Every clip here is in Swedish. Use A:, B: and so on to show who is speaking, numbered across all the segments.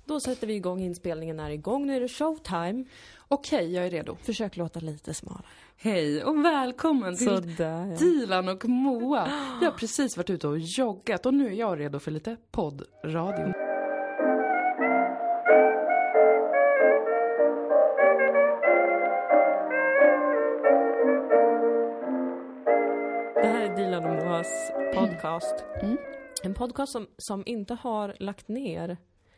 A: Då sätter vi igång, inspelningen är igång. Nu är det showtime.
B: Okej, jag är redo.
A: Försök låta lite smalare.
B: Hej och välkommen till
A: Sådär, ja.
B: Dilan och Moa. Jag har precis varit ute och joggat och nu är jag redo för lite poddradio.
A: Det här är Dilan och Moas podcast. En podcast som inte har lagt ner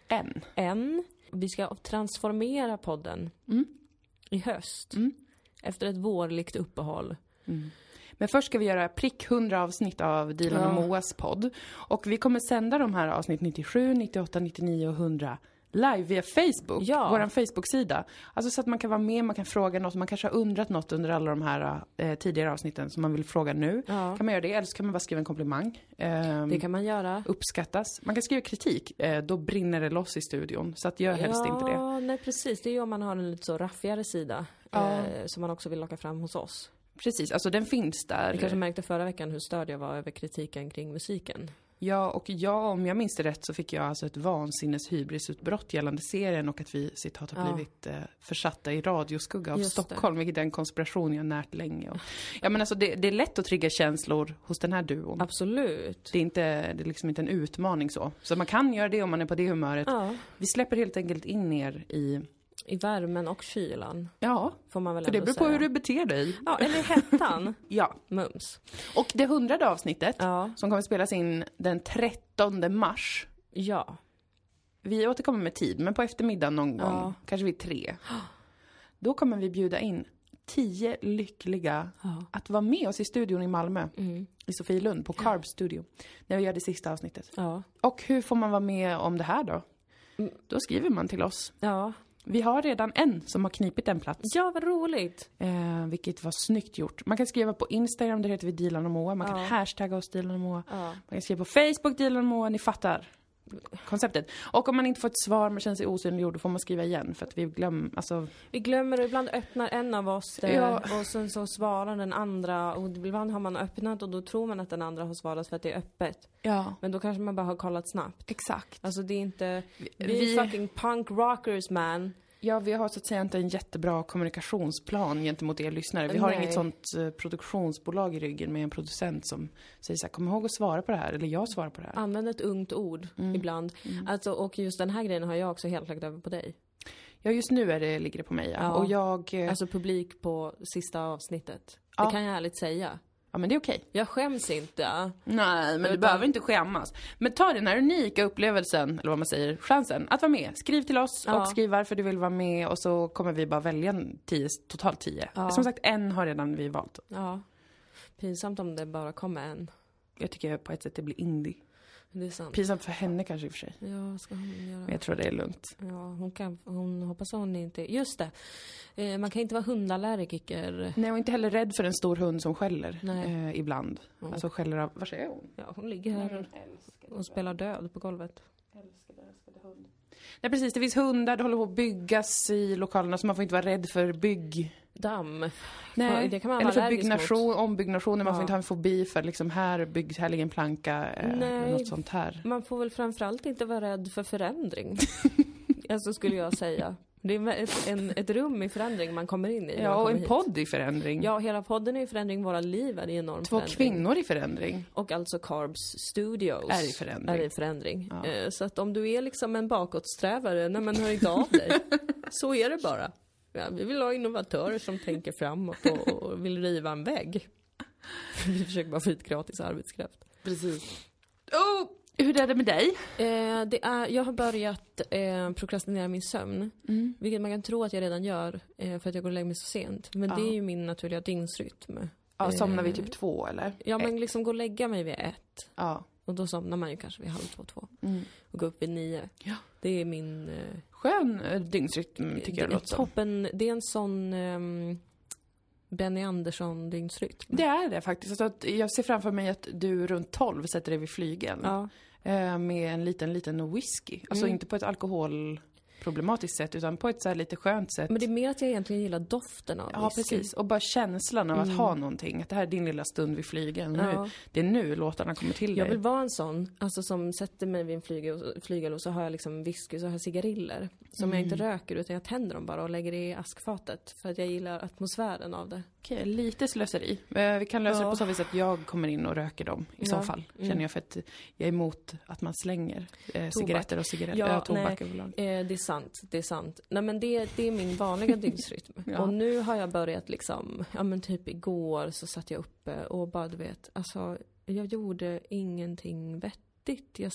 A: än. Vi ska transformera podden i höst. Efter ett vårligt uppehåll.
B: Men först ska vi göra prick 100 avsnitt av Dilan och Moas podd. Och vi kommer sända de här avsnitt 97, 98, 99 och 100 live via Facebook.
A: Ja.
B: Vår Facebook-sida. Alltså så att man kan vara med, man kan fråga något. Man kanske har undrat något under alla de här tidigare avsnitten som man vill fråga nu.
A: Ja.
B: Kan man göra det, eller så kan man bara skriva en komplimang.
A: Det kan man göra.
B: Uppskattas. Man kan skriva kritik. Då brinner det loss i studion. Så att gör helst inte det.
A: Ja, nej precis. Det är ju om man har en lite så raffigare sida. Som man också vill locka fram hos oss.
B: Precis, alltså den finns där.
A: Jag kanske märkte förra veckan hur störd jag var över kritiken kring musiken.
B: Ja, och om jag minns det rätt så fick jag alltså ett vansinnes hybrisutbrott gällande serien och att vi, citat, har blivit försatta i radioskugga av
A: Just
B: Stockholm, vilket är en konspiration jag närt länge. Och, ja, men alltså det är lätt att trigga känslor hos den här duon.
A: Absolut.
B: Det är liksom inte en utmaning så. Så man kan göra det om man är på det humöret.
A: Ja.
B: Vi släpper helt enkelt in er
A: I värmen och kylan.
B: Ja,
A: Får man väl
B: för det
A: ändå
B: beror på
A: säga.
B: hur du beter dig.
A: Ja, eller hettan.
B: Ja.
A: Mums.
B: Och det 100:e avsnittet
A: Ja.
B: som kommer spelas in den 13 mars.
A: Ja.
B: Vi återkommer med tid, men på eftermiddagen någon gång,
A: Ja.
B: kanske vid 3. Då kommer vi bjuda in 10 lyckliga att vara med oss i studion i Malmö, i Sofielund, på Carb Studio, när vi gör det sista avsnittet.
A: Ja.
B: Och hur får man vara med om det här då? Då skriver man till oss.
A: Ja.
B: Vi har redan en som har knipit en plats.
A: Ja, vad roligt.
B: Vilket var snyggt gjort. Man kan skriva på Instagram, där heter vi Dilan och Moa. Man kan hashtagga oss Dilan och Moa.
A: Ja.
B: Man kan skriva på Facebook Dilan och Moa, ni fattar konceptet. Och om man inte får ett svar, man känner sig osynliggjord, då får man skriva igen. För att vi
A: glömmer och ibland öppnar en av oss det,
B: Ja.
A: och sen så svarar den andra. Och ibland har man öppnat och då tror man att den andra har svarat för att det är öppet.
B: Ja,
A: Men då kanske man bara har kollat snabbt.
B: exakt.
A: Alltså det är inte... Vi är fucking punk rockers, man.
B: Ja, vi har så att säga inte en jättebra kommunikationsplan gentemot er lyssnare. Vi har
A: Nej.
B: inget sånt produktionsbolag i ryggen med en producent som säger så här: kom ihåg att svara på det här, eller jag svarar på det här.
A: Använd ett ungt ord ibland. Alltså, och just den här grejen har jag också helt lagt över på dig.
B: Ja, just nu ligger det på mig. Ja.
A: Ja.
B: Och jag...
A: Alltså publik på sista avsnittet.
B: Ja.
A: Det kan jag ärligt säga.
B: Ja, men det är okej.
A: Jag skäms inte.
B: Nej, men du behöver inte skämmas. Men ta den här unika upplevelsen, eller vad man säger, chansen att vara med. Skriv till oss och skriv varför du vill vara med, och så kommer vi bara välja totalt 10. Som sagt, en har redan vi valt.
A: Ja. Pinsamt om det bara kommer en.
B: Jag tycker på ett sätt det blir indie.
A: Det är sant.
B: Pinsamt för henne kanske i och för sig.
A: Ja, ska hon göra?
B: Men jag tror det är lugnt.
A: Ja, hon hoppas hon inte... Just det. Man kan inte vara hundallergiker.
B: Nej, och inte heller rädd för en stor hund som skäller.
A: Nej.
B: Ibland. Alltså skäller av... Var är hon?
A: Ja, hon ligger här och spelar död på golvet.
B: Älskade hund. Nej, precis. Det finns hundar. Det håller på att byggas i lokalerna, så man får inte vara rädd för
A: Damm.
B: Nej,
A: det kan man
B: eller
A: vara
B: för ombyggnationer. Man får inte ha en fobi för liksom här ligger en planka eller något sånt här.
A: Man får väl framförallt inte vara rädd för förändring. Alltså skulle jag säga. Det är ett rum i förändring man kommer in i.
B: Ja, och en podd i förändring.
A: Ja, hela podden är i förändring. Våra liv är i enorm
B: 2
A: förändring.
B: kvinnor i förändring.
A: Och alltså Carbs Studios
B: är i förändring.
A: Ja. Så att om du är liksom en bakåtsträvare, när man hör inte av dig. Så är det bara. Ja, vi vill ha innovatörer som tänker framåt och vill riva en vägg. Vi försöker bara få hit gratis arbetskraft.
B: Precis. Hur är det med dig?
A: Jag har börjat prokrastinera min sömn. Vilket man kan tro att jag redan gör, för att jag går och lägger mig så sent. Men det är ju min naturliga dygnsrytm.
B: Ja, somnar vi typ 2 eller?
A: Ja, men liksom gå och lägga mig vid 1.
B: Ja.
A: Och då somnar man ju kanske vid 1:30, 2. Och gå upp vid 9.
B: Ja.
A: Det är min...
B: Skön dygnsrytm tycker jag
A: det
B: låter som.
A: Toppen, det är en sån Benny Andersson dygnsrytm.
B: Det är det faktiskt. Alltså att jag ser framför mig att du runt 12 sätter dig vid flygeln.
A: Ja.
B: Med en liten whisky. Alltså inte på ett problematiskt sätt, utan på ett så här lite skönt sätt.
A: Men det är mer att jag egentligen gillar doften av
B: Ja,
A: whisky.
B: precis. Och bara känslan av att ha någonting. Att det här är din lilla stund vid flygeln.
A: Ja.
B: Det är nu låtarna kommer till dig.
A: Jag vill vara en sån, alltså som sätter mig vid en flygel och så har jag liksom whisky, så har jag cigariller. Som jag inte röker, utan jag tänder dem bara och lägger det i askfatet. För att jag gillar atmosfären av det.
B: Okej, lite slöseri. Vi kan lösa det på så vis att jag kommer in och röker dem i så fall. Känner jag, för att jag är emot att man slänger cigaretter och tobak överlag.
A: Det är sant. Nej, men det är min vanliga dygnsrytm.
B: Ja.
A: Och nu har jag börjat liksom, ja men typ igår så satt jag uppe och bara, du vet, alltså jag gjorde ingenting vettigt. Jag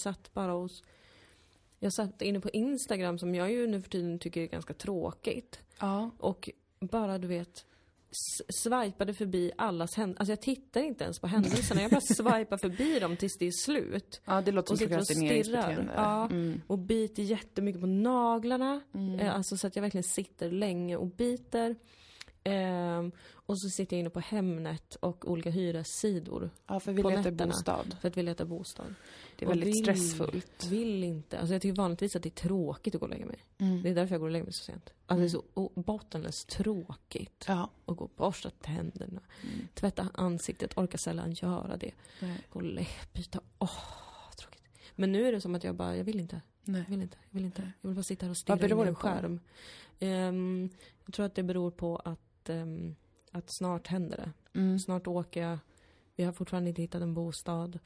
A: satt inne på Instagram, som jag ju nu för tiden tycker är ganska tråkigt.
B: Ja.
A: Och bara, du vet, swipade förbi allas händelser. Alltså jag tittar inte ens på händelserna. Jag bara swipar förbi dem tills det är slut.
B: Ja, det låter som prokrastineringsbeteende.
A: Ja, och biter jättemycket på naglarna. Alltså så att jag verkligen sitter länge och biter. Och så sitter jag inne på Hemnet och olika hyressidor.
B: Ja, för vi letar bostad.
A: För att vi letar bostad.
B: Det är väldigt stressfullt.
A: Vill inte. Alltså jag tycker vanligtvis att det är tråkigt att gå och lägga mig. Det är därför jag går och lägger mig så sent. Alltså det är så bottenlöst tråkigt.
B: Ja.
A: Och gå och borsta tänderna. Tvätta ansiktet. Orkar sällan göra det. Gå och byta. Tråkigt. Men nu är det som att jag vill inte.
B: Nej.
A: Jag vill inte. Jag vill bara sitta här och stirra in i en skärm. Jag tror att det beror på att snart händer det. Snart åker jag. Vi har fortfarande inte hittat en bostad.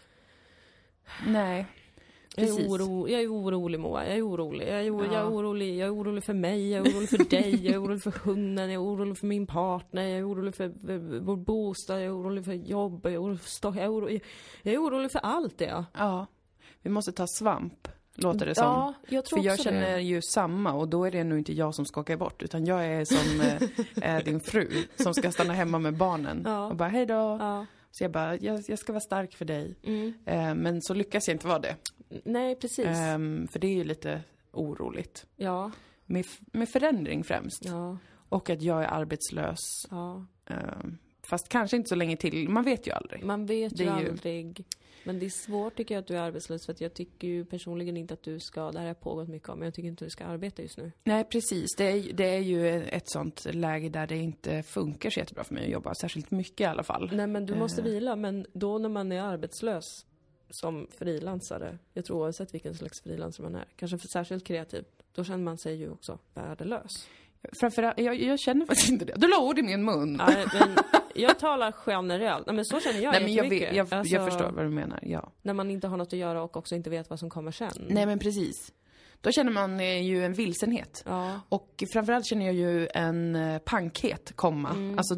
B: Nej.
A: Jag är orolig, Moa. Jag är orolig. Jag är orolig. Jag är orolig för mig. Jag är orolig för dig. Jag är orolig för hunden. Jag är orolig för min partner. Jag är orolig för vår bostad. Jag är orolig för jobb. Jag är orolig för jag är orolig för allt det.
B: Ja. Vi måste ta svamp, låter det som.
A: Ja, jag tror
B: för jag
A: också
B: känner ju samma, och då är det nog inte jag som skakar bort, utan jag är som din fru som ska stanna hemma med barnen. Och bara, hej då. Ja. Så jag bara, jag ska vara stark för dig. Men så lyckas jag inte vara det.
A: Nej, precis.
B: För det är ju lite oroligt.
A: Ja.
B: Med förändring främst.
A: Ja.
B: Och att jag är arbetslös.
A: Ja.
B: Fast kanske inte så länge till. Man vet ju aldrig.
A: Man vet ju aldrig. Men det är svårt, tycker jag, att du är arbetslös. För att jag tycker ju personligen inte att du ska, det här har pågått mycket om, men jag tycker inte att du ska arbeta just nu.
B: Nej, precis. Det är ju ett sånt läge där det inte funkar så jättebra för mig att jobba. Särskilt mycket i alla fall.
A: Nej, men du måste vila. Men då när man är arbetslös som frilansare, jag tror oavsett vilken slags frilansare man är, kanske för särskilt kreativ, då känner man sig ju också värdelös.
B: Framförallt, jag känner faktiskt inte det. Du la ord i min mun.
A: Nej, men jag talar generellt. Nej, men så känner jag.
B: Nej, men jag förstår vad du menar, ja.
A: När man inte har något att göra och också inte vet vad som kommer sen.
B: Nej, men precis. Då känner man ju en vilsenhet.
A: Ja.
B: Och framförallt känner jag ju en pankhet komma. Alltså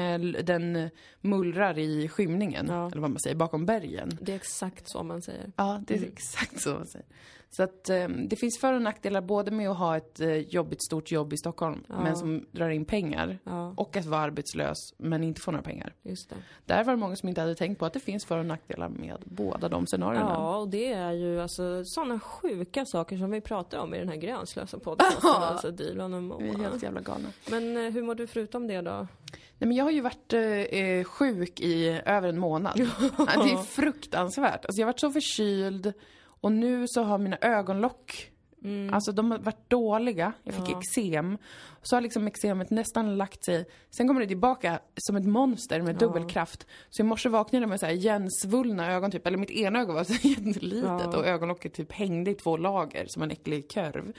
B: den mullrar i skymningen. Ja. Eller vad man säger, bakom bergen.
A: Det är exakt så man säger.
B: Ja, det är exakt så man säger. Så att det finns för- och nackdelar både med att ha ett stort jobb i Stockholm, men som drar in pengar. Ja. Och att vara arbetslös, men inte få några pengar.
A: Just det.
B: Där var det många som inte hade tänkt på att det finns för- och nackdelar med båda de scenarierna.
A: Ja, och det är ju alltså sådana sjuka saker som vi pratar om i den här grönslösa podcasten. Alltså Dilan och Moa.
B: Vi är helt jävla galna.
A: Men hur mår du förutom det då?
B: Nej, men jag har ju varit sjuk i över en månad. Det är fruktansvärt. Alltså jag har varit så förkyld. Och nu så har mina ögonlock, alltså de har varit dåliga. Jag fick eksem. Så har liksom eksemet nästan lagt sig. Sen kommer det tillbaka som ett monster med dubbelkraft. Så i morse vaknade jag med så här igensvullna ögon typ. Eller mitt ena öga var så jättelitet och ögonlocket typ hängde i 2 lager som en äcklig kurv.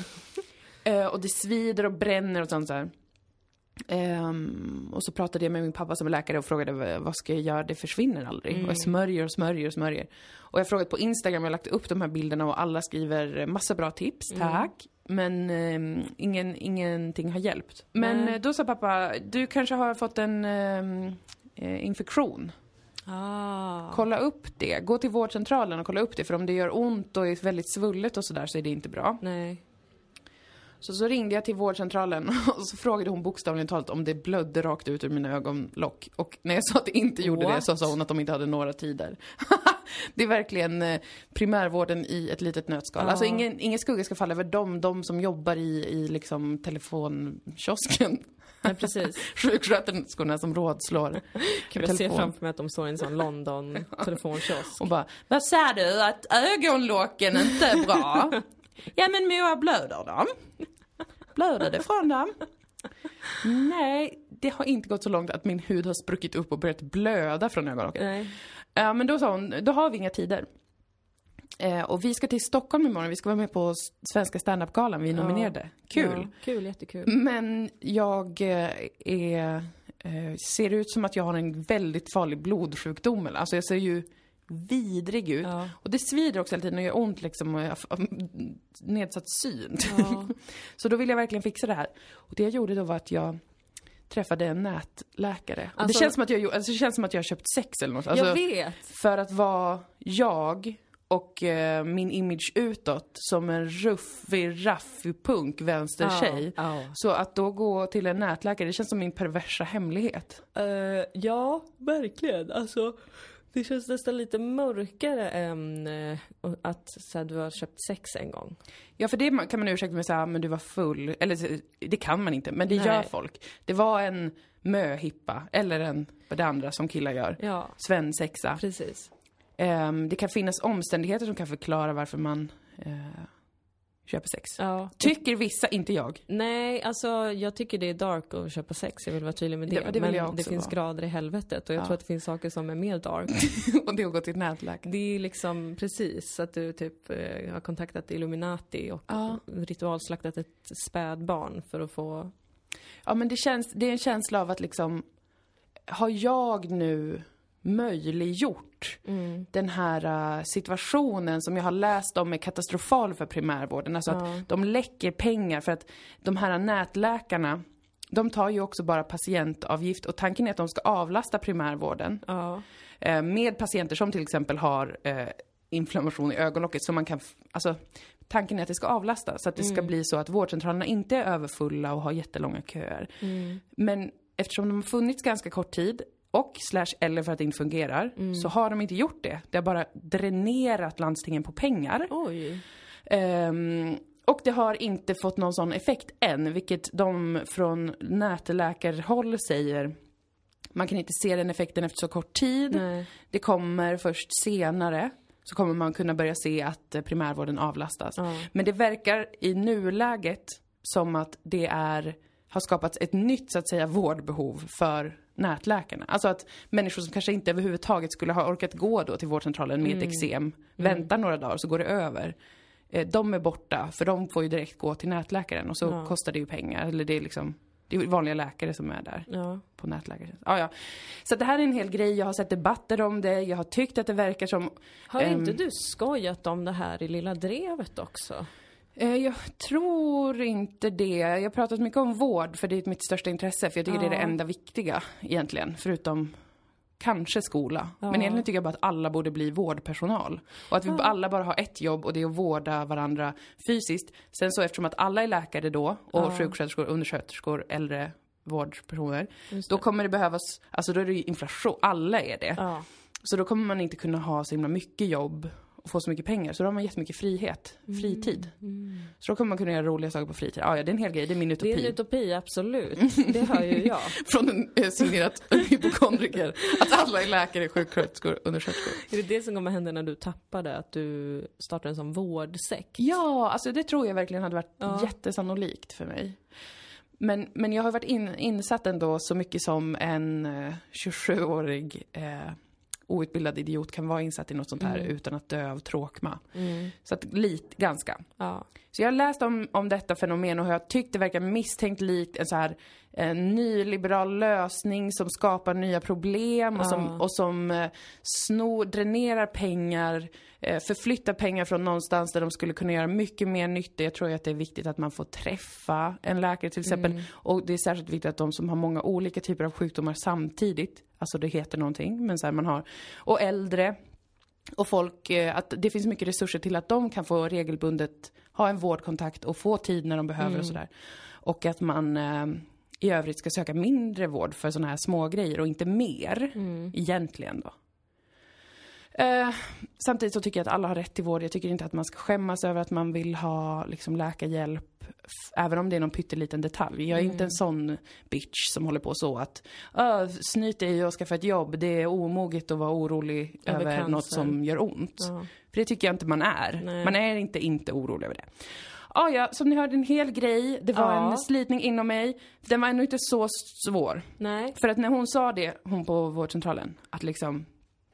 B: Och det svider och bränner och sånt så här. Och så pratade jag med min pappa som är läkare och frågade vad ska jag göra, det försvinner aldrig. Och jag smörjer. Och jag frågat på Instagram, jag har lagt upp de här bilderna och alla skriver massa bra tips, tack. Men ingenting har hjälpt. Men då sa pappa, du kanske har fått en infektion. Kolla upp det, gå till vårdcentralen och kolla upp det. För om det gör ont och är väldigt svullet och sådär så är det inte bra.
A: Nej.
B: Så ringde jag till vårdcentralen och så frågade hon bokstavligen talat om det blödde rakt ut ur mina ögonlock. Och när jag sa att det inte gjorde det så sa hon att de inte hade några tider. Det är verkligen primärvården i ett litet nötskal. Alltså ingen skugga ska falla över de som jobbar i liksom telefonkiosken.
A: Nej, precis.
B: Sjuksköterskorna som rådslår.
A: Jag ser framför mig att de står i en sån London telefonkiosk.
B: Och bara, vad sa du? Att ögonlocken inte är bra? Ja men Moa, blöder de? Blöder det från dem? Nej, det har inte gått så långt att min hud har spruckit upp och börjat blöda från ögonlocket.
A: Nej.
B: Men då sa hon, då har vi inga tider. Och vi ska till Stockholm imorgon. Vi ska vara med på Svenska stand-up-galan. Vi är nominerade. Kul.
A: Ja, kul, jättekul.
B: Men jag ser ut som att jag har en väldigt farlig blodsjukdom. Alltså jag ser ju vidrig ut. Ja. Och det svider också hela tiden och gör ont liksom. Och jag har nedsatt syn. Ja. Så då vill jag verkligen fixa det här. Och det jag gjorde då var att jag träffade en nätläkare. Alltså, det känns som att jag har köpt sex eller något. Alltså,
A: jag vet.
B: För att vara jag och min image utåt som en raffig punk vänstertjej. Så att då gå till en nätläkare, det känns som min perversa hemlighet.
A: Ja, verkligen. Alltså, det känns nästan lite mörkare än att så här, du har köpt sex en gång. Ja, för det kan man ursäkta med säga, men du var full. Eller det kan man inte, men det gör folk. Det var en möhippa, eller det andra som killar gör. Ja. Svensexa. Precis.
B: Det kan finnas omständigheter som kan förklara varför man köper sex.
A: Ja.
B: Tycker vissa, inte jag.
A: Nej, alltså jag tycker det är dark att köpa sex. Jag vill vara tydlig med det. Men det finns grader i helvetet. Och jag tror att det finns saker som är mer dark.
B: Och det har gått till nätläkare.
A: Det är liksom precis att du typ har kontaktat Illuminati och ritualslaktat ett spädbarn för att få...
B: Ja, men det är en känsla av att liksom, har jag nu möjliggjort den här situationen som jag har läst om är katastrofal för primärvården. Alltså att de läcker pengar för att de här nätläkarna, de tar ju också bara patientavgift och tanken är att de ska avlasta primärvården med patienter som till exempel har inflammation i ögonlocket så man kan, alltså tanken är att det ska avlasta så att det ska bli så att vårdcentralerna inte är överfulla och har jättelånga köer. Men eftersom de har funnits ganska kort tid och eller för att det inte fungerar så har de inte gjort det. Det har bara dränerat landstingen på pengar.
A: Oj.
B: Och det har inte fått någon sån effekt än, vilket de från nätläkarhåll säger. Man kan inte se den effekten efter så kort tid. Nej. Det kommer först senare. Så kommer man kunna börja se att primärvården avlastas. Men det verkar i nuläget som att det har skapats ett nytt så att säga vårdbehov för nätläkarna. Alltså att människor som kanske inte överhuvudtaget skulle ha orkat gå då till vårdcentralen med ett eksem, väntar några dagar så går det över. De är borta för de får ju direkt gå till nätläkaren och så kostar det ju pengar. Eller det är vanliga läkare som är där på nätläkaren. Så det här är en hel grej. Jag har sett debatter om det. Jag har tyckt att det verkar som...
A: Har inte du skojat om det här i Lilla Drevet också?
B: Jag tror inte det. Jag har pratat mycket om vård för det är mitt största intresse. För jag tycker det är det enda viktiga egentligen. Förutom kanske skola. Men egentligen tycker jag bara att alla borde bli vårdpersonal. Och att vi alla bara har ett jobb och det är att vårda varandra fysiskt. Sen så eftersom att alla är läkare då och sjuksköterskor, undersköterskor, äldre vårdpersoner. Då kommer det behövas, alltså då är det ju inflation. Alla är det. Så då kommer man inte kunna ha så himla mycket jobb och få så mycket pengar. Så då har man jättemycket fritid. Så då kommer man kunna göra roliga saker på fritid. Ja, det är en hel grej. Det är min utopi.
A: Det är en utopi, absolut. Det hör ju jag.
B: Från en signerat hypokondriker. Att alla är läkare, sjuksköterskor, undersköterskor.
A: Är det det som kommer hända när du tappade? Att du startar en sån vårdsekt?
B: Ja, alltså det tror jag verkligen hade varit jättesannolikt för mig. Men jag har varit insatt ändå så mycket som en 27-årig... outbildad idiot kan vara insatt i något sånt här utan att dö av tråkma. Så att ganska. Ja. Så jag har läst om detta fenomen och jag tyckte det verkar misstänkt likt en så här nyliberal lösning som skapar nya problem och som dränerar pengar, förflyttar pengar från någonstans där de skulle kunna göra mycket mer nytta. Jag tror att det är viktigt att man får träffa en läkare till exempel. Och det är särskilt viktigt att de som har många olika typer av sjukdomar samtidigt, alltså det heter någonting, men så här man har, och äldre och folk, att det finns mycket resurser till att de kan få regelbundet ha en vårdkontakt och få tid när de behöver och sådär. Och att man i övrigt ska söka mindre vård för sådana här små grejer och inte mer egentligen då. Samtidigt så tycker jag att alla har rätt till vård. Jag tycker inte att man ska skämmas över att man vill ha liksom läkarhjälp. även om det är någon pytteliten detalj. Jag är inte en sån bitch som håller på så att snyt dig och skaffa ett jobb. Det är omoget att vara orolig över något som gör ont. För det tycker jag inte man är. Nej. Man är inte orolig över det. Ja, som ni hörde, en hel grej. Det var en slitning inom mig. Den var ändå inte så svår. Nej. För att när hon sa det, hon på vårdcentralen, att liksom,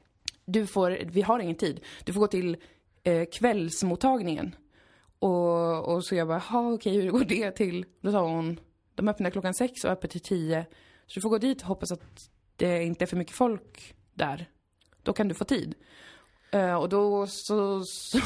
B: vi har ingen tid. Du får gå till kvällsmottagningen. Och så jag bara, okej, hur går det till? Då sa hon, de öppnar 6:00 och öppet till 10. Så du får gå dit och hoppas att det inte är för mycket folk där. Då kan du få tid. Och då så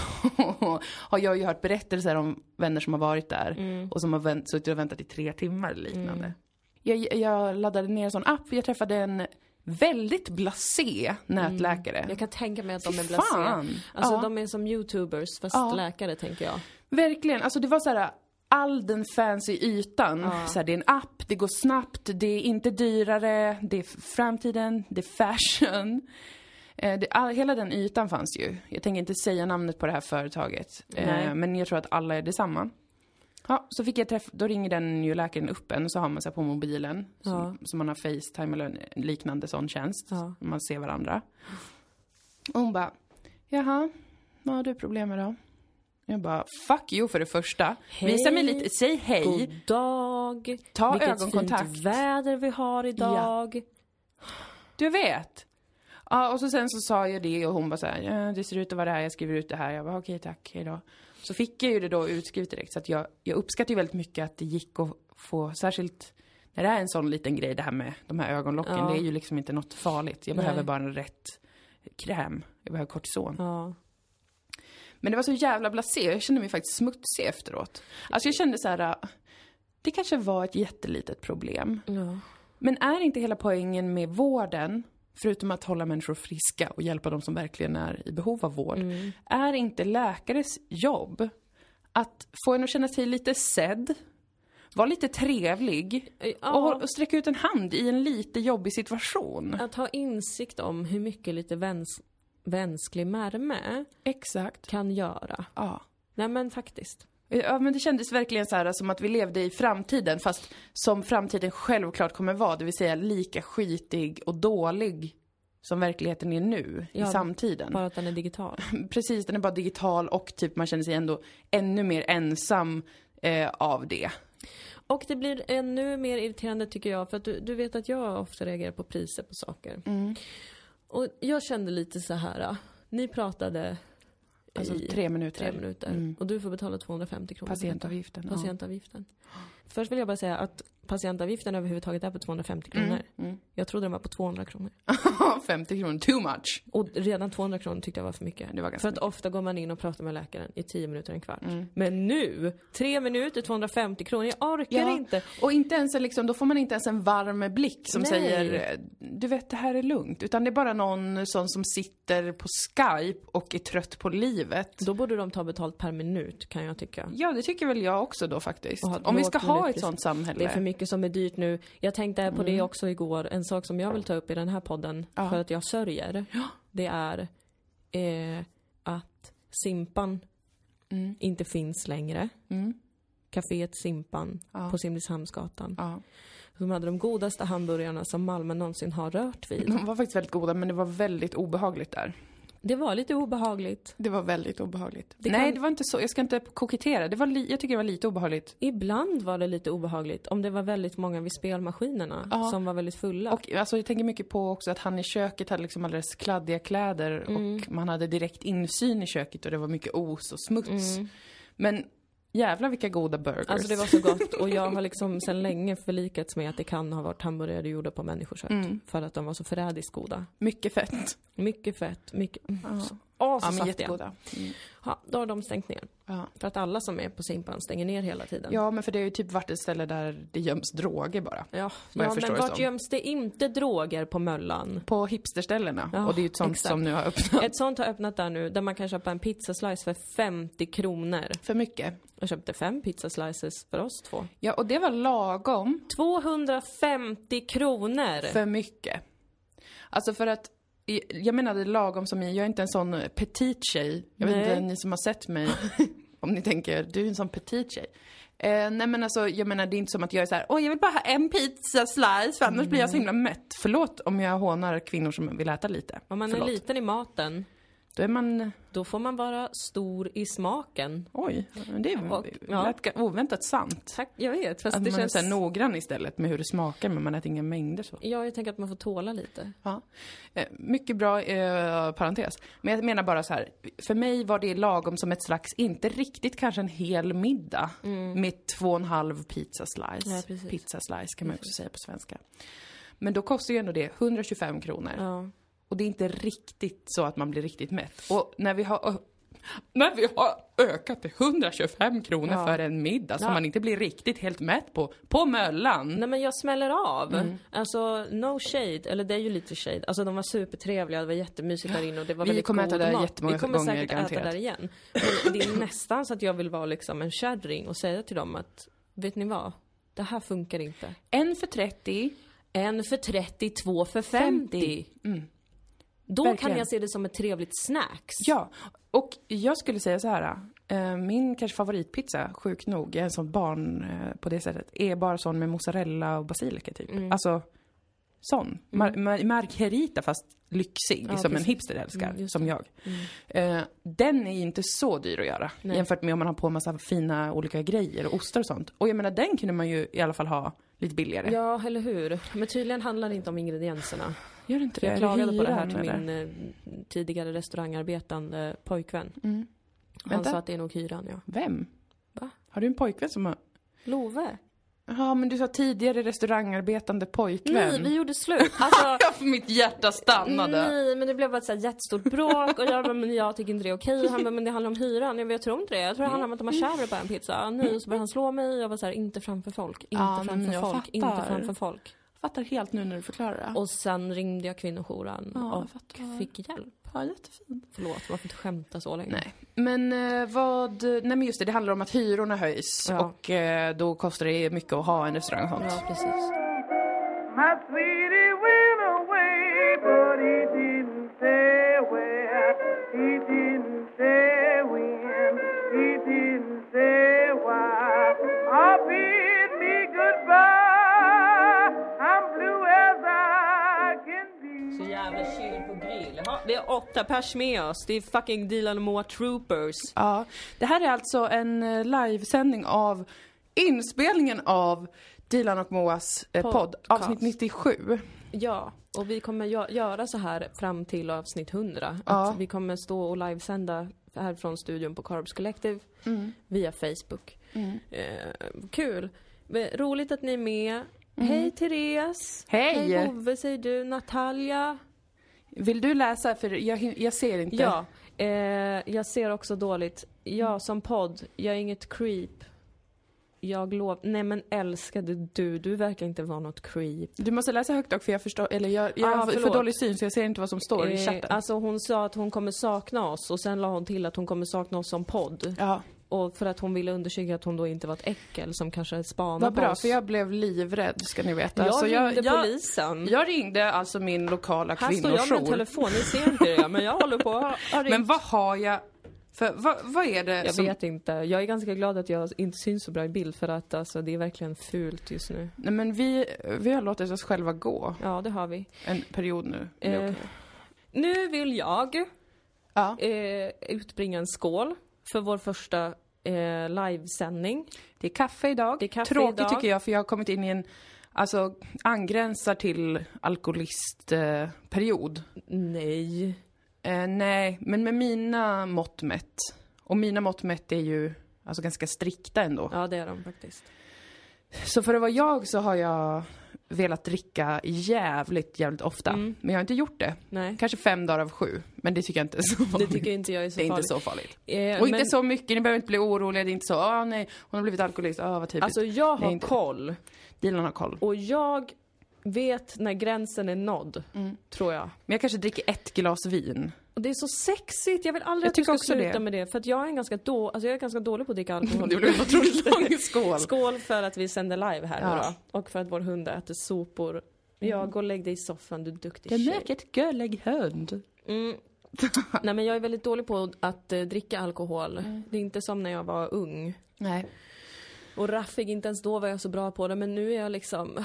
B: har jag ju hört berättelser om vänner som har varit där. Och som har suttit och väntat i 3 timmar eller liknande. Jag laddade ner en sån app. Jag träffade en väldigt blasé nätläkare.
A: Jag kan tänka mig att de är blasé. Alltså de är som YouTubers fast läkare, tänker jag.
B: Verkligen, alltså det var så här, all den fancy ytan. Så här, det är en app, det går snabbt, det är inte dyrare, det är framtiden, det är fashion. Hela den ytan fanns ju. Jag tänker inte säga namnet på det här företaget. Men jag tror att alla är detsamma. Ja, så fick jag då ringer den ju läkaren upp en och så har man sig på mobilen. Som man har FaceTime eller liknande sån tjänst. Man ser varandra. Och hon bara, jaha, vad har du problem med då? Jag bara, fuck you för det första.
A: Hej.
B: Visa mig lite, säg hej.
A: God dag.
B: Ta
A: vilket
B: ögonkontakt.
A: Fint väder vi har idag.
B: Ja. Du vet. Ja, och så sen så sa jag det och hon bara så här, det ser ut att vara det här, jag skriver ut det här. Jag bara, okej, tack, hejdå. Så fick jag ju det då utskrivet direkt. Så att jag uppskattar ju väldigt mycket att det gick att få, särskilt när det är en sån liten grej, det här med de här ögonlocken. Det är ju liksom inte något farligt. Jag behöver bara en rätt kräm. Jag behöver kortison. Men det var så jävla blasé. Jag kände mig faktiskt smutsig efteråt. Alltså jag kände så här, det kanske var ett jättelitet problem. Men är inte hela poängen med vården, förutom att hålla människor friska och hjälpa dem som verkligen är i behov av vård, är inte läkares jobb att få en att känna sig lite sedd, vara lite trevlig och sträcka ut en hand i en lite jobbig situation?
A: Att ha insikt om hur mycket lite vänsklig värme kan göra. Nej, men faktiskt.
B: Ja, men det kändes verkligen så här som att vi levde i framtiden, fast som framtiden självklart kommer vara, det vill säga lika skitig och dålig som verkligheten är nu i samtiden.
A: Bara att den är digital.
B: Precis, den är bara digital och typ man känner sig ändå ännu mer ensam av det.
A: Och det blir ännu mer irriterande, tycker jag, för att du vet att jag ofta reagerar på priser på saker. Och jag kände lite så här, ni pratade
B: alltså 3 minuter.
A: 3 minuter. Och du får betala 250 kronor. Patientavgiften. Först vill jag bara säga att patientavgiften överhuvudtaget är på 250 kronor. Jag trodde den var på 200 kronor.
B: 50 kronor, too much.
A: Och redan 200 kronor tyckte jag var för mycket.
B: Det var
A: för att
B: mycket.
A: Ofta går man in och pratar med läkaren i 10 minuter, en kvart. Men nu, 3 minuter, 250 kronor. Jag orkar inte.
B: Och inte ens liksom, då får man inte ens en varm blick som säger, du vet, det här är lugnt. Utan det är bara någon sån som sitter på Skype och är trött på livet.
A: Då borde de ta betalt per minut, kan jag tycka.
B: Ja, det tycker väl jag också då faktiskt. Om vi ska ha ett sånt samhälle.
A: Det är för mycket som är dyrt nu. Jag tänkte på det också igår. En sak som jag vill ta upp i den här podden för att jag sörjer. Det är att Simpan inte finns längre. Caféet Simpan på Simrishamnsgatan. De hade de godaste hamburgarna som Malmö någonsin har rört vid.
B: De var faktiskt väldigt goda, men det var väldigt obehagligt där.
A: Det var lite obehagligt.
B: Det var väldigt obehagligt. Det var inte så. Jag ska inte kokettera. Jag tycker det var lite obehagligt.
A: Ibland var det lite obehagligt. Om det var väldigt många vid spelmaskinerna som var väldigt fulla.
B: Och alltså, jag tänker mycket på också att han i köket hade liksom alldeles kladdiga kläder. Och man hade direkt insyn i köket och det var mycket os och smuts. Men jävlar vilka goda burgers.
A: Alltså det var så gott. Och jag har liksom sedan länge förlikats med att det kan ha varit hamburgare gjorda på människokött. För att de var så förrädiskt goda.
B: Mycket fett.
A: Mycket. Så
B: men jättegoda.
A: Ja, då har de stängt ner. För att alla som är på Simpan stänger ner hela tiden.
B: Ja, men för det är ju typ varit ett ställe där det göms droger bara.
A: Ja men vart göms det inte droger på Möllan?
B: På hipsterställena. Och det är ju ett sånt som nu har öppnat.
A: Ett sånt har öppnat där nu, där man kan köpa en pizzaslice för 50 kronor.
B: För mycket.
A: Jag köpte 5 pizzaslices för oss 2.
B: Ja, och det var lagom.
A: 250 kronor!
B: För mycket. Alltså för att jag menade lagom som jag är inte en sån petit tjej. Jag vet inte, ni som har sett mig. Om ni tänker, du är en sån petit tjej. Nej men alltså, jag menar det är inte som att jag är så här: jag vill bara ha en pizza slice för annars blir jag så himla mätt. Förlåt om jag hånar kvinnor som vill äta lite.
A: Om man är liten i maten, då får man vara stor i smaken.
B: Oj, det är oväntat sant.
A: Tack, jag vet. Fast
B: att
A: det
B: man
A: känns
B: är så noggrann istället med hur det smakar, men man äter inga mängder så.
A: Ja, jag tänker att man får tåla lite.
B: Ja. Mycket bra parentes. Men jag menar bara så här, för mig var det lagom som ett slags, inte riktigt kanske en hel middag med 2,5 pizza slice.
A: Ja,
B: pizza slice kan man också säga på svenska. Men då kostar ju ändå det 125 kronor.
A: Ja.
B: Och det är inte riktigt så att man blir riktigt mätt. Och när vi har ökat till 125 kronor för en middag som man inte blir riktigt helt mätt på Möllan.
A: Nej, men jag smäller av. Alltså, no shade. Eller det är ju lite shade. Alltså, de var supertrevliga. Det var jättemysigt där inne och det var väldigt god mat.
B: Vi kommer äta där jättemånga gånger.
A: Vi kommer säkert äta där igen. Men det är nästan så att jag vill vara liksom en kärring och säga till dem att, vet ni vad? Det här funkar inte.
B: En för 30.
A: En för 30, 2 för 50. Då verkligen. Kan jag se det som ett trevligt snacks.
B: Ja, och jag skulle säga så här. Min kanske favoritpizza, sjukt nog, jag är en sån barn på det sättet, är bara sån med mozzarella och basilika typ. Alltså, sån. Margherita fast lyxig, som precis. En hipster älskar, som jag. Den är inte så dyr att göra. Nej. Jämfört med om man har på en massa fina olika grejer och ostar och sånt. Och jag menar, den kunde man ju i alla fall ha lite billigare.
A: Ja, eller hur? Men tydligen handlar det inte om ingredienserna.
B: Gör det inte det?
A: Jag klagade på det här till min tidigare restaurangarbetande pojkvän. Han sa att det är nog hyran, ja.
B: Vem?
A: Va?
B: Har du en pojkvän som har...
A: Love?
B: Ja, men du sa tidigare restaurangarbetande pojkvän.
A: Nej, vi gjorde slut.
B: Alltså, mitt hjärta stannade.
A: Nej, men det blev bara ett så här jättestort bråk. Och jag bara, men jag tycker inte det är okej. Han bara, men det handlar om hyran. Jag tror inte det. Jag tror det handlar om att de har kärver på en pizza. Nej, så började han slå mig. Jag var så här, inte framför folk. Inte framför folk.
B: Fattar helt nu när du förklarar det.
A: Och sen ringde jag kvinnojouren och fick hjälp.
B: Ja, jättefint.
A: Förlåt, man får inte skämta så länge.
B: Nej. Men nej men just det handlar om att hyrorna höjs. Ja. Och då kostar det mycket att ha en restaurang och sånt.
A: Ja, precis.
C: My sweetie went away, but he didn't say where. He didn't say when. He didn't say why. I bid me goodbye. I'm blue as I can be.
A: Så jävla chill på grill. Jaha, det är 8 pers med oss. Det är fucking Dylan Moa Troopers.
B: Ja, det här är alltså en livesändning av inspelningen av Dilan och Moas podd, avsnitt 97.
A: Ja, och vi kommer göra så här fram till avsnitt 100. Att vi kommer stå och livesända här från studion på Carbs Collective via Facebook. Kul. Roligt att ni är med. Hej Therese.
B: Hej
A: Ove, säger du. Natalia.
B: Vill du läsa? För jag ser inte.
A: Ja, jag ser också dåligt. Jag som podd, jag är inget creep. Nej men älskade du verkar inte vara något creep.
B: Du måste läsa högt dock, för jag förstår, eller jag har för dålig syn så jag ser inte vad som står i chatten.
A: Alltså hon sa att hon kommer sakna oss och sen la hon till att hon kommer sakna oss som podd.
B: Ja.
A: Och för att hon ville undersöka att hon då inte var ett äckel som kanske spanar
B: på oss. Vad bra, för jag blev livrädd, ska ni veta.
A: Jag ringde polisen.
B: Jag ringde alltså min lokala kvinnojour.
A: Här står jag med telefon, ni ser inte det, men jag håller på.
B: Men vad har jag... För vad är det
A: jag vet inte. Jag är ganska glad att jag inte syns så bra i bild, för att alltså, det är verkligen fult just nu.
B: Nej, men vi har låtit oss själva gå.
A: Ja, det har vi.
B: En period nu.
A: Nu vill jag utbringa en skål för vår första livesändning.
B: Det är kaffe idag. Tråkigt tycker jag, för jag har kommit in i en angränsar till alkoholistperiod.
A: Nej.
B: Nej, men med mina mått mätt. Och mina mått mätt är ju alltså ganska strikta ändå.
A: Ja, det är de faktiskt.
B: Så för att vara jag så har jag velat dricka jävligt ofta. Men jag har inte gjort det.
A: Nej.
B: Kanske 5 dagar av 7. Men det tycker jag inte är så farligt.
A: Det tycker inte jag är så farligt.
B: Det är inte så farligt. Och inte så mycket, ni behöver inte bli oroliga. Det är inte så, nej, hon har blivit alkoholist. Vad typiskt.
A: Alltså jag har koll.
B: Dilan har koll.
A: Och jag vet när gränsen är nådd, tror jag.
B: Men jag kanske dricker 1 glas vin.
A: Och det är så sexigt. Jag vill aldrig att du ska sluta med det. För att jag är ganska dålig på att dricka alkohol.
B: Det blir en otroligt lång skål.
A: Skål för att vi sänder live här nu då. Och för att vår hund äter sopor. Jag går och lägg dig i soffan, du duktig tjej.
B: Jag märker ett gullig hund.
A: Nej, men jag är väldigt dålig på att dricka alkohol. Det är inte som när jag var ung.
B: Nej.
A: Och raffig, inte ens då var jag så bra på det. Men nu är jag liksom...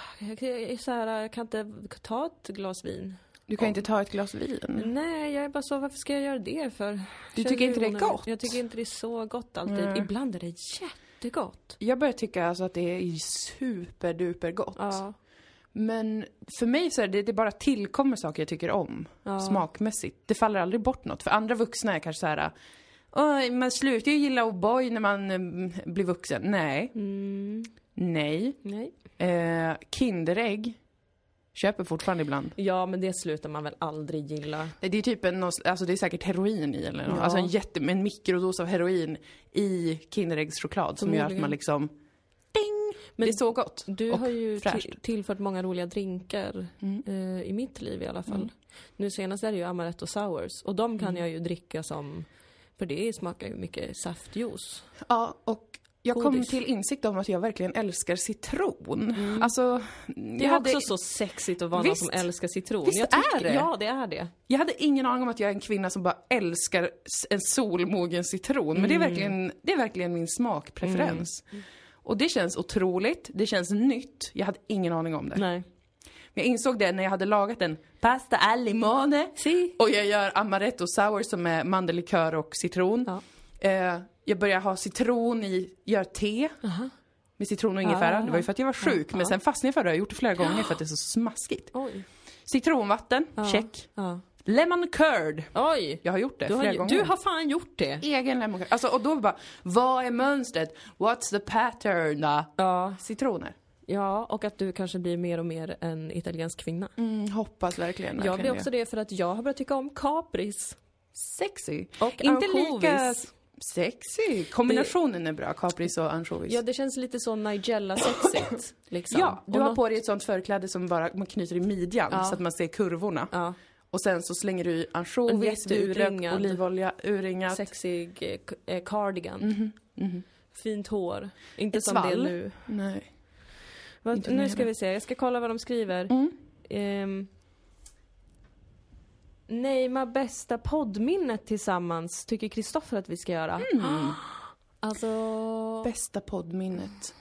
A: jag kan inte ta ett glas vin.
B: Du kan inte ta ett glas vin?
A: Nej, jag är bara så, varför ska jag göra det för?
B: Du tycker inte det är gott?
A: Jag tycker inte det är så gott alltid. Ibland är det jättegott.
B: Jag börjar tycka alltså att det är superduper gott.
A: Ja.
B: Men för mig så är det bara tillkommer saker jag tycker om. Smakmässigt. Det faller aldrig bort något. För andra vuxna är kanske så här... man slutar ju gilla O'boy när man blir vuxen. Nej. Nej. Kinderägg köper fortfarande ibland.
A: Ja, men det slutar man väl aldrig gilla.
B: Det är typ alltså det är säkert heroin i eller något. Alltså en mikrodos av heroin i Kinderäggschoklad som gör att man liksom ding! Men det är så gott.
A: Du har ju tillfört många roliga drinkar i mitt liv i alla fall. Nu senast är det ju amaretto sours och de kan jag ju dricka som, för det smakar ju mycket saftjuice.
B: Ja, och jag kom till insikt om att jag verkligen älskar citron. Alltså,
A: det är också så sexigt att vara någon som älskar citron.
B: Visst är det?
A: Ja, det är det.
B: Jag hade ingen aning om att jag är en kvinna som bara älskar en solmogen citron. Men det är verkligen min smakpreferens. Och det känns otroligt. Det känns nytt. Jag hade ingen aning om det.
A: Nej.
B: Men jag insåg det när jag hade lagat en pasta al limone.
A: Si.
B: Och jag gör amaretto sour som är mandellikör och citron. Ja. Jag började ha citron gör te. Med citron och ingefära. Det var ju för att jag var sjuk. Men sen fastnade jag för det. Jag har gjort det flera gånger för att det är så smaskigt.
A: Oj.
B: Citronvatten, check. Lemon curd.
A: Oj.
B: Jag har gjort det flera gånger.
A: Du har fan gjort det.
B: Egen lemon curd. Alltså, och då bara, vad är mönstret? What's the pattern?
A: Ja.
B: Citroner.
A: Ja, och att du kanske blir mer och mer en italiensk kvinna.
B: Hoppas verkligen.
A: Jag blir också det för att jag har börjat tycka om capris.
B: Sexy.
A: Och
B: inte
A: ansjovis.
B: Lika sexy. Kombinationen är bra, capris och ansjovis.
A: Ja, det känns lite så Nigella-sexigt. Liksom.
B: Ja, du har på dig ett sånt förkläde som bara man knyter i midjan så att man ser kurvorna. Ja. Och sen så slänger du i ansjovis, vitlök, olivolja, urringat.
A: Sexig cardigan. Fint hår. Inte ett som svall. Det är nu.
B: Nej.
A: Nu ska vi se, jag ska kolla vad de skriver. Nejma bästa poddminnet tillsammans tycker Kristoffer att vi ska göra. Alltså...
B: Bästa poddminnet.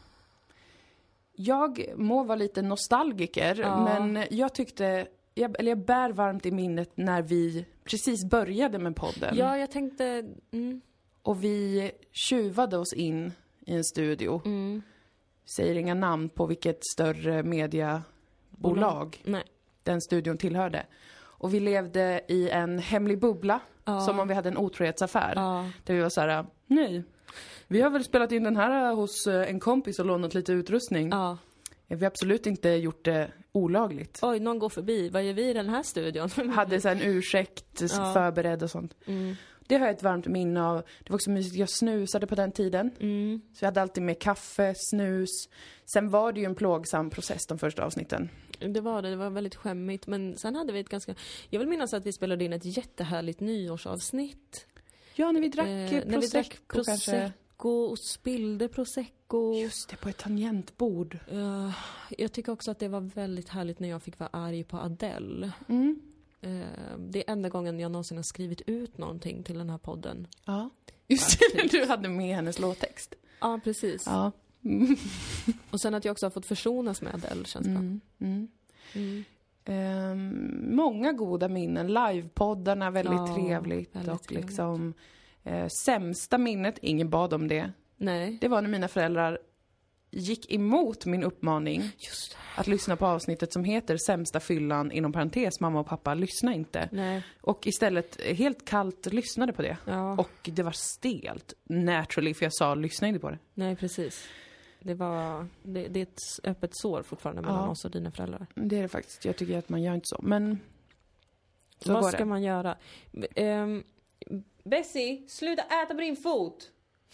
B: Jag må vara lite nostalgiker, men jag tyckte... Jag bär varmt i minnet när vi precis började med podden.
A: Ja, jag tänkte...
B: Och vi tjuvade oss in i en studio. Säger inga namn på vilket större mediebolag den studion tillhörde. Och vi levde i en hemlig bubbla. Som om vi hade en otrohetsaffär. Där vi var så här, nej. Vi har väl spelat in den här hos en kompis och lånat lite utrustning. Vi har absolut inte gjort det olagligt.
A: Oj, någon går förbi. Vad gör vi i den här studion?
B: Hade så en ursäkt förberedd och sånt. Det har jag ett varmt minne av. Det var också mysigt. Jag snusade på den tiden. Så jag hade alltid med kaffe, snus. Sen var det ju en plågsam process de första avsnitten.
A: Det var väldigt skämmigt. Men sen hade vi ett ganska... Jag vill minnas att vi spelade in ett jättehärligt nyårsavsnitt.
B: Ja, när vi drack
A: Prosecco och spillde Prosecco.
B: Just det, på ett tangentbord.
A: Jag tycker också att det var väldigt härligt när jag fick vara arg på Adele. Det är enda gången jag någonsin har skrivit ut någonting till den här podden.
B: Ja, just det, du hade med hennes låttext.
A: Ja, precis.
B: Ja.
A: Och sen att jag också har fått försonas med Adele känns bra.
B: Många goda minnen. Livepoddarna, väldigt trevligt.
A: Väldigt
B: och liksom sämsta minnet, ingen bad om det.
A: Nej.
B: Det var när mina föräldrar gick emot min uppmaning
A: Just
B: att lyssna på avsnittet som heter Sämsta fyllan, inom parentes, mamma och pappa, lyssna inte.
A: Nej.
B: Och istället helt kallt lyssnade på det. Och det var stelt, naturally, för jag sa lyssna inte på det.
A: Nej, precis. Det är ett öppet sår fortfarande mellan oss och dina föräldrar.
B: Det är det faktiskt. Jag tycker att man gör inte så. Men så
A: vad ska man göra? Bessie, sluta äta på din fot!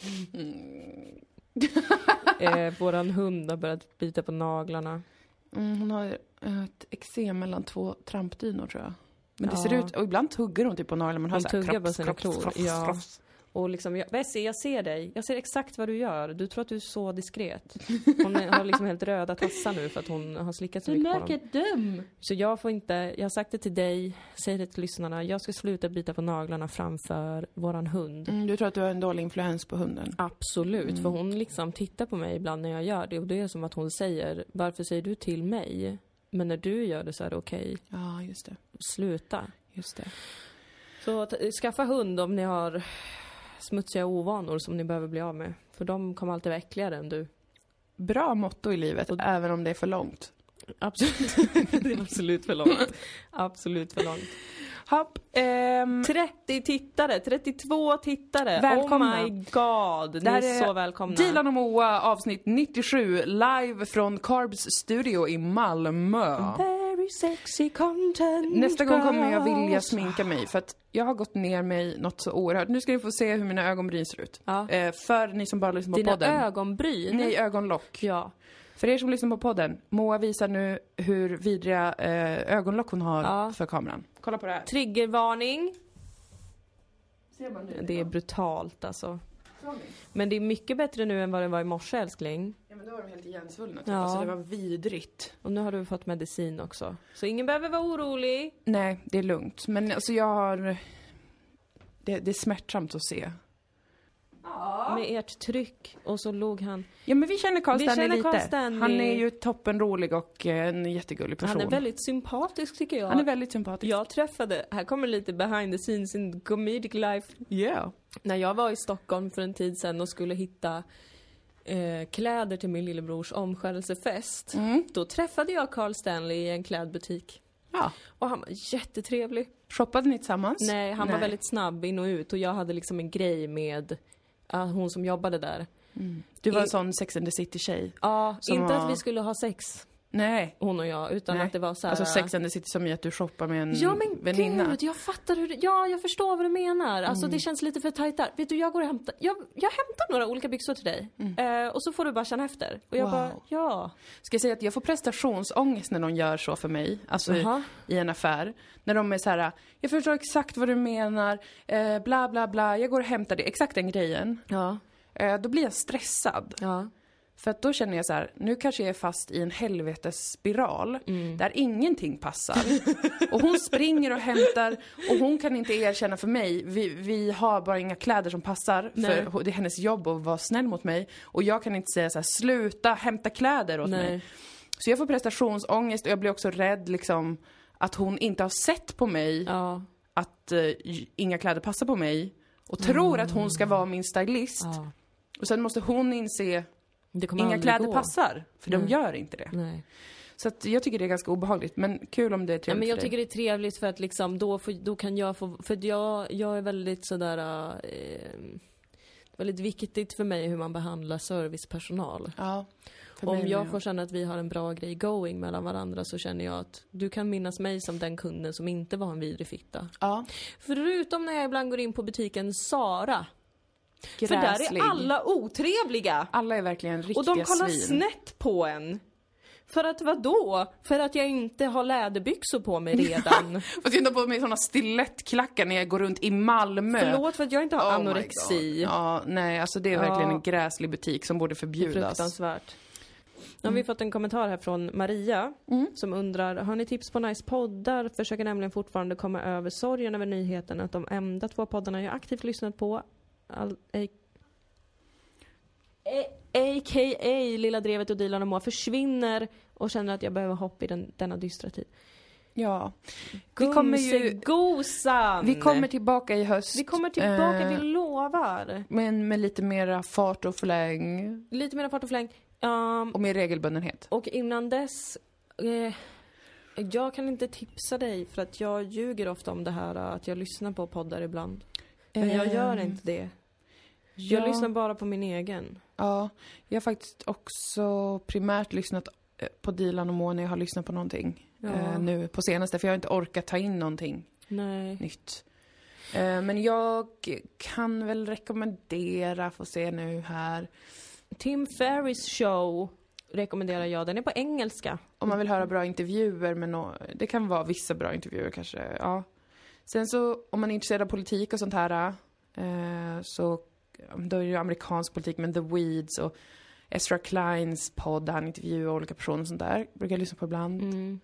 A: Våran hund har börjat bita på naglarna.
B: Hon har ett eksem mellan 2 trampdynor, tror jag. Men det ser ut... Och ibland tuggar hon typ på naglarna.
A: Hon tuggar på sina klor. Och liksom, Bessie, jag ser dig. Jag ser exakt vad du gör. Du tror att du är så diskret. Hon har liksom helt röda tassar nu för att hon har slickat så mycket på dem.
B: Du märker dum.
A: Så jag får inte, jag har sagt det till dig, säg det till lyssnarna. Jag ska sluta bita på naglarna framför våran hund.
B: Du tror att du har en dålig influens på hunden?
A: Absolut, för hon liksom tittar på mig ibland när jag gör det. Och det är som att hon säger, varför säger du till mig? Men när du gör det så är det okej.
B: Ja, just det.
A: Sluta.
B: Just det.
A: Så skaffa hund om ni har smutsiga ovanor som ni behöver bli av med. För de kommer alltid vara äckligare än du.
B: Bra motto i livet, även om det är för långt.
A: Absolut. Det är absolut för långt. Absolut för långt.
B: Hopp,
A: 30 tittare, 32 tittare.
B: Välkomna.
A: Oh my god, ni är så välkomna.
B: Dilan och Moa, avsnitt 97, live från Carbs studio i Malmö.
A: Very sexy content.
B: Nästa gång kommer jag vilja sminka mig för att jag har gått ner mig något så oerhört. Nu ska ni få se hur mina ögonbryn ser ut.
A: Ja.
B: För ni som bara lyssnar på podden.
A: Dina ögonbryn?
B: Nej, ögonlock.
A: Ja.
B: För er som lyssnar på podden, Moa visar nu hur vidriga ögonlock hon har för kameran. Kolla på det här.
A: Triggervarning.
B: Ser man nu?
A: Det är brutalt alltså. Men det är mycket bättre nu än vad det var i morse, älskling.
B: Ja, men då var de helt igensvullna. Typ.
A: Ja.
B: Alltså det var vidrigt.
A: Och nu har du fått medicin också. Så ingen behöver vara orolig.
B: Nej, det är lugnt. Men alltså jag har... Det är smärtsamt att se.
A: Med ert tryck. Och så låg han.
B: Ja, men vi känner Carl Stanley lite.
A: Stanley.
B: Han är ju toppenrolig och en jättegullig person.
A: Han är väldigt sympatisk tycker jag.
B: Han är väldigt sympatisk.
A: Jag träffade, här kommer lite behind the scenes in comedic life.
B: Yeah.
A: När jag var i Stockholm för en tid sedan och skulle hitta kläder till min lillebrors omskärelsefest. Då träffade jag Carl Stanley i en klädbutik.
B: Ja.
A: Och han var jättetrevlig.
B: Shoppade ni tillsammans?
A: Nej, han var väldigt snabb in och ut. Och jag hade liksom en grej med hon som jobbade där.
B: Du var en sån Sex and the City-tjej.
A: Ja, inte att vi skulle ha sex.
B: Nej.
A: Hon och jag, utan att det var så här...
B: Alltså Sex and the City som i att du shoppar med en
A: väninna.
B: Gud,
A: jag fattar hur... Ja, jag förstår vad du menar. Alltså det känns lite för tajt där. Vet du, jag går och hämtar... Jag hämtar några olika byxor till dig. Och så får du bara känna efter. Och jag bara, ja.
B: Ska jag säga att jag får prestationsångest när någon gör så för mig. Alltså i en affär. När de är så här, jag förstår exakt vad du menar. Bla bla bla, jag går och hämtar det. Exakt den grejen.
A: Ja.
B: Då blir jag stressad.
A: Ja.
B: För att då känner jag så här, nu kanske jag är fast i en helvetesspiral där ingenting passar. Och hon springer och hämtar och hon kan inte erkänna för mig, vi har bara inga kläder som passar.
A: Nej.
B: För det är hennes jobb att vara snäll mot mig. Och jag kan inte säga så här, sluta hämta kläder åt mig. Så jag får prestationsångest och jag blir också rädd liksom att hon inte har sett på mig att inga kläder passar på mig. Och tror att hon ska vara min stylist. Och sen måste hon inse inga kläder passar. För de gör inte det.
A: Nej.
B: Så att jag tycker det är ganska obehagligt. Men kul om det är trevligt.
A: Ja, men jag tycker det är trevligt för att liksom då kan jag få... För jag är väldigt sådär... väldigt viktigt för mig hur man behandlar servicepersonal.
B: Ja.
A: Om jag får känna att vi har en bra grej going mellan varandra så känner jag att du kan minnas mig som den kunden som inte var en vidrig fitta.
B: Ja.
A: Förutom när jag ibland går in på butiken Zara.
B: Gräslig.
A: För där är alla otrevliga.
B: Alla är verkligen riktiga
A: svin. Och de kollar
B: svin.
A: snett på en. För att vadå? För att jag inte har läderbyxor på mig redan.
B: Fast jag inte på mig såna stilettklackar när jag går runt i Malmö.
A: Förlåt för att jag inte har anorexi.
B: Ja, nej, alltså det är verkligen en gräslig butik som borde förbjudas.
A: Fruktansvärt. Nu har vi fått en kommentar här från Maria som undrar, har ni tips på nice poddar? Försöker nämligen fortfarande komma över sorgen över nyheten att de enda 2 poddarna jag aktivt lyssnat på a.k.a. Lilla Drevet och Dilan och Moa försvinner och känner att jag behöver hopp i denna dystra tid.
B: Ja.
A: Vi kommer
B: tillbaka i höst.
A: Vi kommer tillbaka, vi lovar.
B: Men med lite mera fart och fläng.
A: Lite mera fart och fläng.
B: Och med regelbundenhet.
A: Och innan dess... jag kan inte tipsa dig för att jag ljuger ofta om det här att jag lyssnar på poddar ibland. Men jag gör inte det. Jag lyssnar bara på min egen.
B: Ja, jag har faktiskt också primärt lyssnat på Dilan och Moa när jag har lyssnat på någonting nu på senaste. För jag har inte orkat ta in någonting nytt. Men jag kan väl rekommendera, får se nu här.
A: Tim Ferriss show rekommenderar jag. Den är på engelska.
B: Om man vill höra bra intervjuer, men det kan vara vissa bra intervjuer kanske, ja. Sen så, om man är intresserad av politik och sånt här, Så då är det ju amerikansk politik, men The Weeds och Ezra Kleins podd där han intervjuar olika personer och sånt där. Brukar jag lyssna på ibland.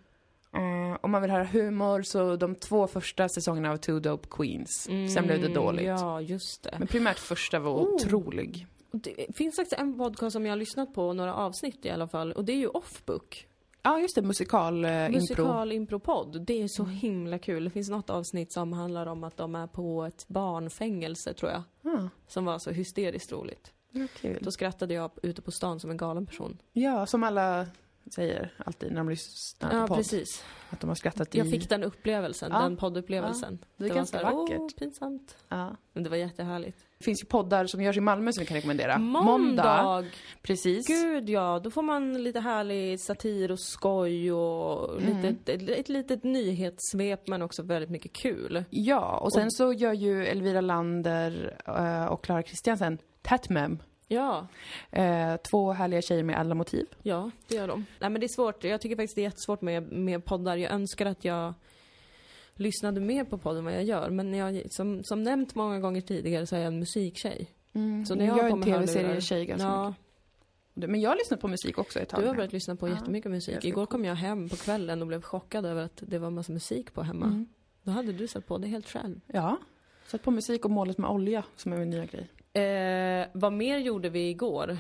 B: Om man vill höra humor, så de 2 första säsongerna av Two Dope Queens. Sen blev det dåligt.
A: Ja, just det.
B: Men primärt första var otrolig.
A: Det finns faktiskt en podcast som jag har lyssnat på, några avsnitt i alla fall. Och det är ju Offbook.
B: Ja, just det.
A: Musikal impro-podd. Det är så himla kul. Det finns något avsnitt som handlar om att de är på ett barnfängelse, tror jag. Som var så hysteriskt roligt.
B: Ja, kul.
A: Då skrattade jag ute på stan som en galen person.
B: Ja, som alla säger alltid när de lyssnar på podd.
A: Ja, precis.
B: Att de har skrattat
A: Jag fick den upplevelsen, den poddupplevelsen.
B: Ja, det är ganska vackert.
A: Pinsamt.
B: Ja.
A: Men det var jättehärligt.
B: Det finns ju poddar som görs i Malmö som vi kan rekommendera.
A: Måndag!
B: Precis.
A: Gud, ja. Då får man lite härlig satir och skoj och ett litet nyhetssvep, men också väldigt mycket kul.
B: Ja, och sen så gör ju Elvira Lander och Clara Kristiansen Tatmem.
A: Ja.
B: 2 härliga tjejer med alla motiv.
A: Ja, det gör de. Nej, men det är svårt. Jag tycker faktiskt det är jättesvårt med poddar. Jag önskar att jag lyssnade mer på podden än vad jag gör. Men jag, som nämnt många gånger tidigare, så är jag en musiktjej. Så när jag
B: är en tv-serie-tjej ganska mycket. Men jag har lyssnat på musik också ett tag.
A: Du har börjat lyssna på jättemycket musik. Igår kom jag hem på kvällen och blev chockad över att det var en massa musik på hemma. Då hade du satt på det helt själv.
B: Ja, satt på musik och målet med olja som är min nya grej.
A: Vad mer gjorde vi igår?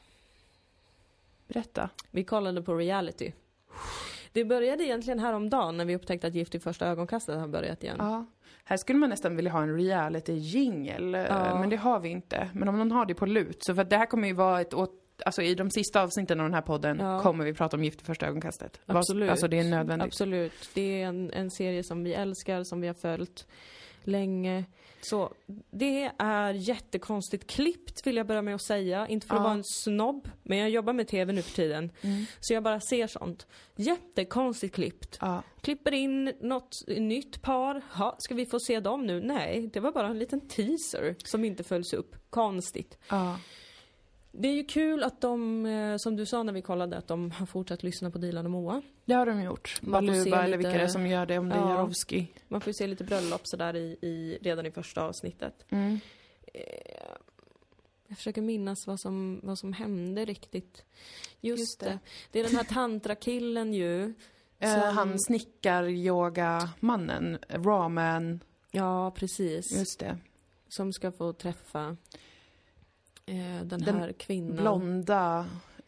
B: Berätta.
A: Vi kollade på reality. Det började egentligen häromdagen när vi upptäckte att Gift i första ögonkastet har börjat igen.
B: Ja. Här skulle man nästan vilja ha en reality-jingle, men det har vi inte. Men om någon har det på lut, så för att det här kommer ju vara alltså i de sista avsnitten av den här podden kommer vi prata om Gift i första ögonkastet.
A: Absolut.
B: Alltså det är nödvändigt.
A: Absolut. Det är en serie som vi älskar, som vi har följt länge. Så det är jättekonstigt klippt, vill jag börja med att säga. Inte för att vara en snobb, men jag jobbar med tv nu för tiden. Så jag bara ser sånt. Jättekonstigt klippt. Klipper in något nytt par. Ska vi få se dem nu? Nej, det var bara en liten teaser som inte följs upp. Konstigt. Det är ju kul att de, som du sa när vi kollade, att de har fortsatt lyssna på Dilan och Moa.
B: Det har de gjort. Baluba eller vilka det är som gör det, om det är Jarowski.
A: Man får ju se lite bröllop sådär redan i första avsnittet. Jag försöker minnas vad som hände riktigt. Just det. Det är den här tantrakillen ju.
B: Han snickar yoga-mannen, ramen.
A: Ja, precis.
B: Just det.
A: Som ska få träffa den här kvinnan.
B: Blonda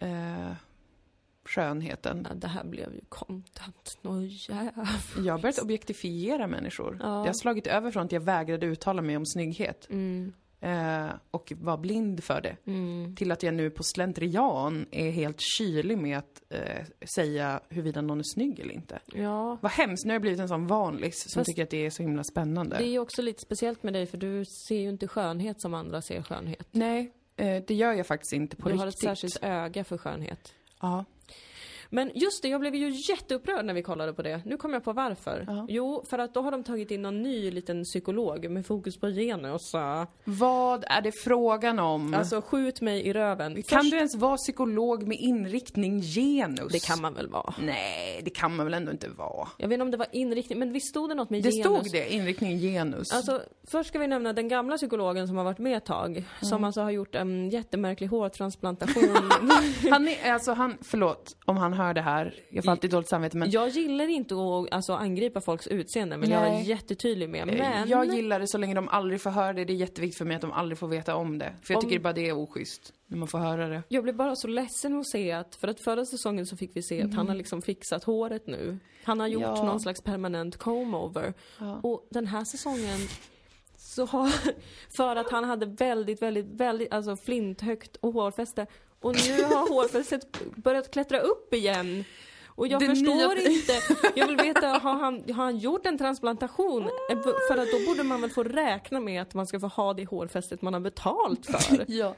B: skönheten.
A: Ja, det här blev ju content.
B: Jag har börjat objektifiera människor. Jag har slagit över från att jag vägrade uttala mig om snygghet. Och var blind för det. Till att jag nu på slentrian är helt kylig med att säga huruvida någon är snygg eller inte.
A: Ja.
B: Vad hemskt, nu har jag blivit en sån vanlis som tycker att det är så himla spännande.
A: Det är ju också lite speciellt med dig, för du ser ju inte skönhet som andra ser skönhet.
B: Nej, det gör jag faktiskt inte på riktigt.
A: Du har ett särskilt öga för skönhet.
B: Ja.
A: Men just det, jag blev ju jätteupprörd när vi kollade på det. Nu kom jag på varför. Jo, för att då har de tagit in någon ny liten psykolog med fokus på genus.
B: Vad är det frågan om?
A: Alltså, skjut mig i röven.
B: Kan du ens vara psykolog med inriktning genus?
A: Det kan man väl vara?
B: Nej, det kan man väl ändå inte vara.
A: Jag vet inte om det var inriktning, men visst stod det något med
B: det
A: genus?
B: Det stod det, inriktning genus.
A: Alltså, först ska vi nämna den gamla psykologen som har varit med ett tag. Som alltså har gjort en jättemärklig hårtransplantation.
B: Förlåt om han hör det här. Jag får alltid dåligt samvete, men...
A: Jag gillar inte att angripa folks utseende, men jag är jättetydlig med. Men...
B: Jag gillar det så länge de aldrig får höra det. Det är jätteviktigt för mig att de aldrig får veta om det. För jag tycker bara det är oschysst när man får höra det.
A: Jag blir bara så ledsen att se att, för att förra säsongen så fick vi se att han har liksom fixat håret nu. Han har gjort någon slags permanent comb-over. Och den här säsongen så har, för att han hade väldigt alltså flinthögt hårfäste. Och nu har hårfästet börjat klättra upp igen. Och jag förstår inte. Jag vill veta, har han gjort en transplantation? För att då borde man väl få räkna med att man ska få ha det hårfästet man har betalt för.
B: Ja.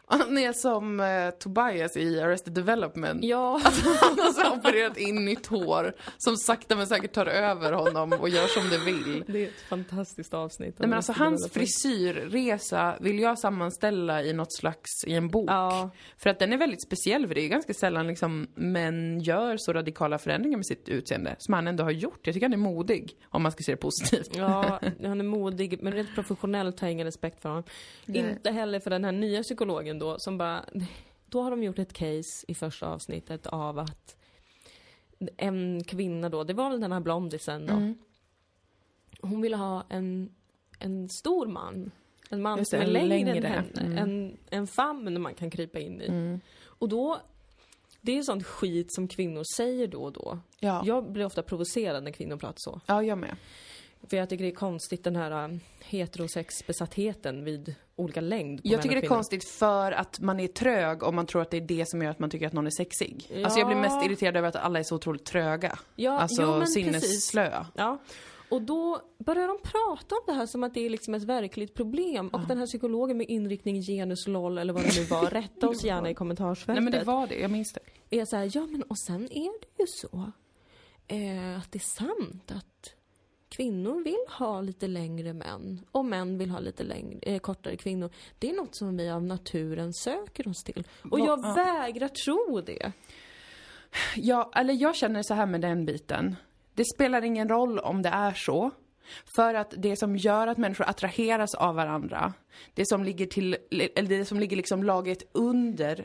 B: Han är som Tobias i Arrested Development.
A: Ja.
B: Han har så opererat in nytt hår som sakta men säkert tar över honom och gör som det vill.
A: Det är ett fantastiskt avsnitt.
B: Nej, men alltså hans frisyrresa vill jag sammanställa i något slags, i en bok.
A: Ja.
B: För att den är väldigt speciell, för det är ganska sällan liksom män gör så radikala förändringar med sitt utseende som han ändå har gjort. Jag tycker han är modig, om man ska se det positivt.
A: Ja, han är modig, men rent professionellt har jag ingen respekt för honom. Nej. Inte heller för den här nya psykologen då, som bara... Då har de gjort ett case i första avsnittet av att en kvinna då, det var väl den här blondisen då. Hon ville ha en stor man. En man som är längre än henne. En famn man kan krypa in i. Och då, det är ju sånt skit som kvinnor säger då och då. Ja. Jag blir ofta provocerad när kvinnor pratar så.
B: Ja, jag med.
A: För jag tycker det är konstigt den här heterosexbesattheten vid olika längd.
B: Jag tycker det är konstigt för att man är trög om man tror att det är det som gör att man tycker att någon är sexig. Ja. Alltså jag blir mest irriterad över att alla är så otroligt tröga. Ja, alltså sinnesslö.
A: Ja. Och då börjar de prata om det här som att det är liksom ett verkligt problem. Och den här psykologen med inriktning genus LOL eller vad det nu var, rätta oss gärna i kommentarsfältet.
B: Nej men det var det, jag minns det.
A: Är så här, ja men och sen är det ju så att det är sant att kvinnor vill ha lite längre män och män vill ha lite kortare kvinnor. Det är något som vi av naturen söker oss till. Och jag vägrar tro det.
B: Ja, eller jag känner så här med den biten. Det spelar ingen roll om det är så. För att det som gör att människor attraheras av varandra, det som ligger liksom lagret under,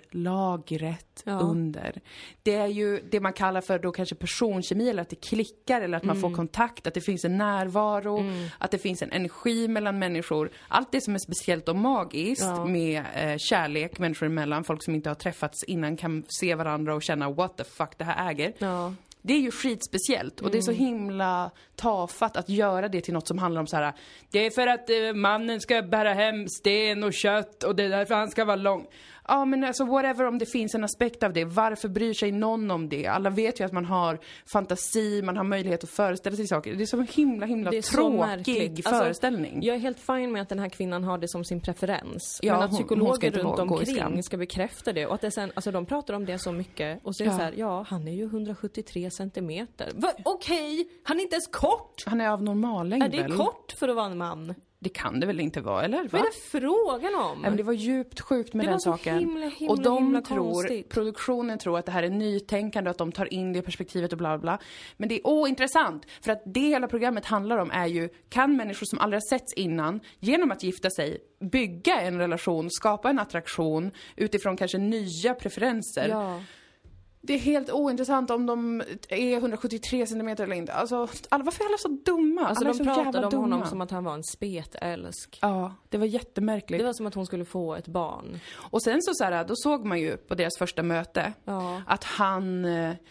B: det är ju det man kallar för då kanske personkemi, eller att det klickar, eller att man får kontakt, att det finns en närvaro, att det finns en energi mellan människor. Allt det som är speciellt och magiskt med kärlek människor emellan, folk som inte har träffats innan kan se varandra och känna what the fuck det här äger. Ja. Det är ju skitspeciellt och det är så himla tafatt att göra det till något som handlar om så här: det är för att mannen ska bära hem sten och kött och det är därför han ska vara lång. Ja men alltså whatever, om det finns en aspekt av det, varför bryr sig någon om det? Alla vet ju att man har fantasi, man har möjlighet att föreställa sig saker. Det är så himla tråkig föreställning.
A: Alltså, jag är helt fine med att den här kvinnan har det som sin preferens. Ja, men att psykologer runt omkring ska bekräfta det. Och att det sen, alltså de pratar om det så mycket. Och så är det så här, han är ju 173 centimeter. Okej, han är inte ens kort!
B: Han är av normal längd.
A: Är det kort för att vara en man?
B: Det kan det väl inte vara, eller?
A: Vad är det frågan om?
B: Men det var djupt sjukt med den saken.
A: Himla
B: och de
A: konstigt.
B: Produktionen tror att det här är nytänkande, att de tar in det perspektivet och bla bla. Men det är ointressant, för att det hela programmet handlar om är ju, kan människor som aldrig har setts innan, genom att gifta sig, bygga en relation, skapa en attraktion utifrån kanske nya preferenser. Ja. Det är helt ointressant om de är 173 centimeter eller inte. Alltså, varför är alla så dumma?
A: Alltså
B: alla
A: de pratade om honom som att han var en spetälsk.
B: Ja, det var jättemärkligt.
A: Det var som att hon skulle få ett barn.
B: Och sen så här, då såg man ju på deras första möte att han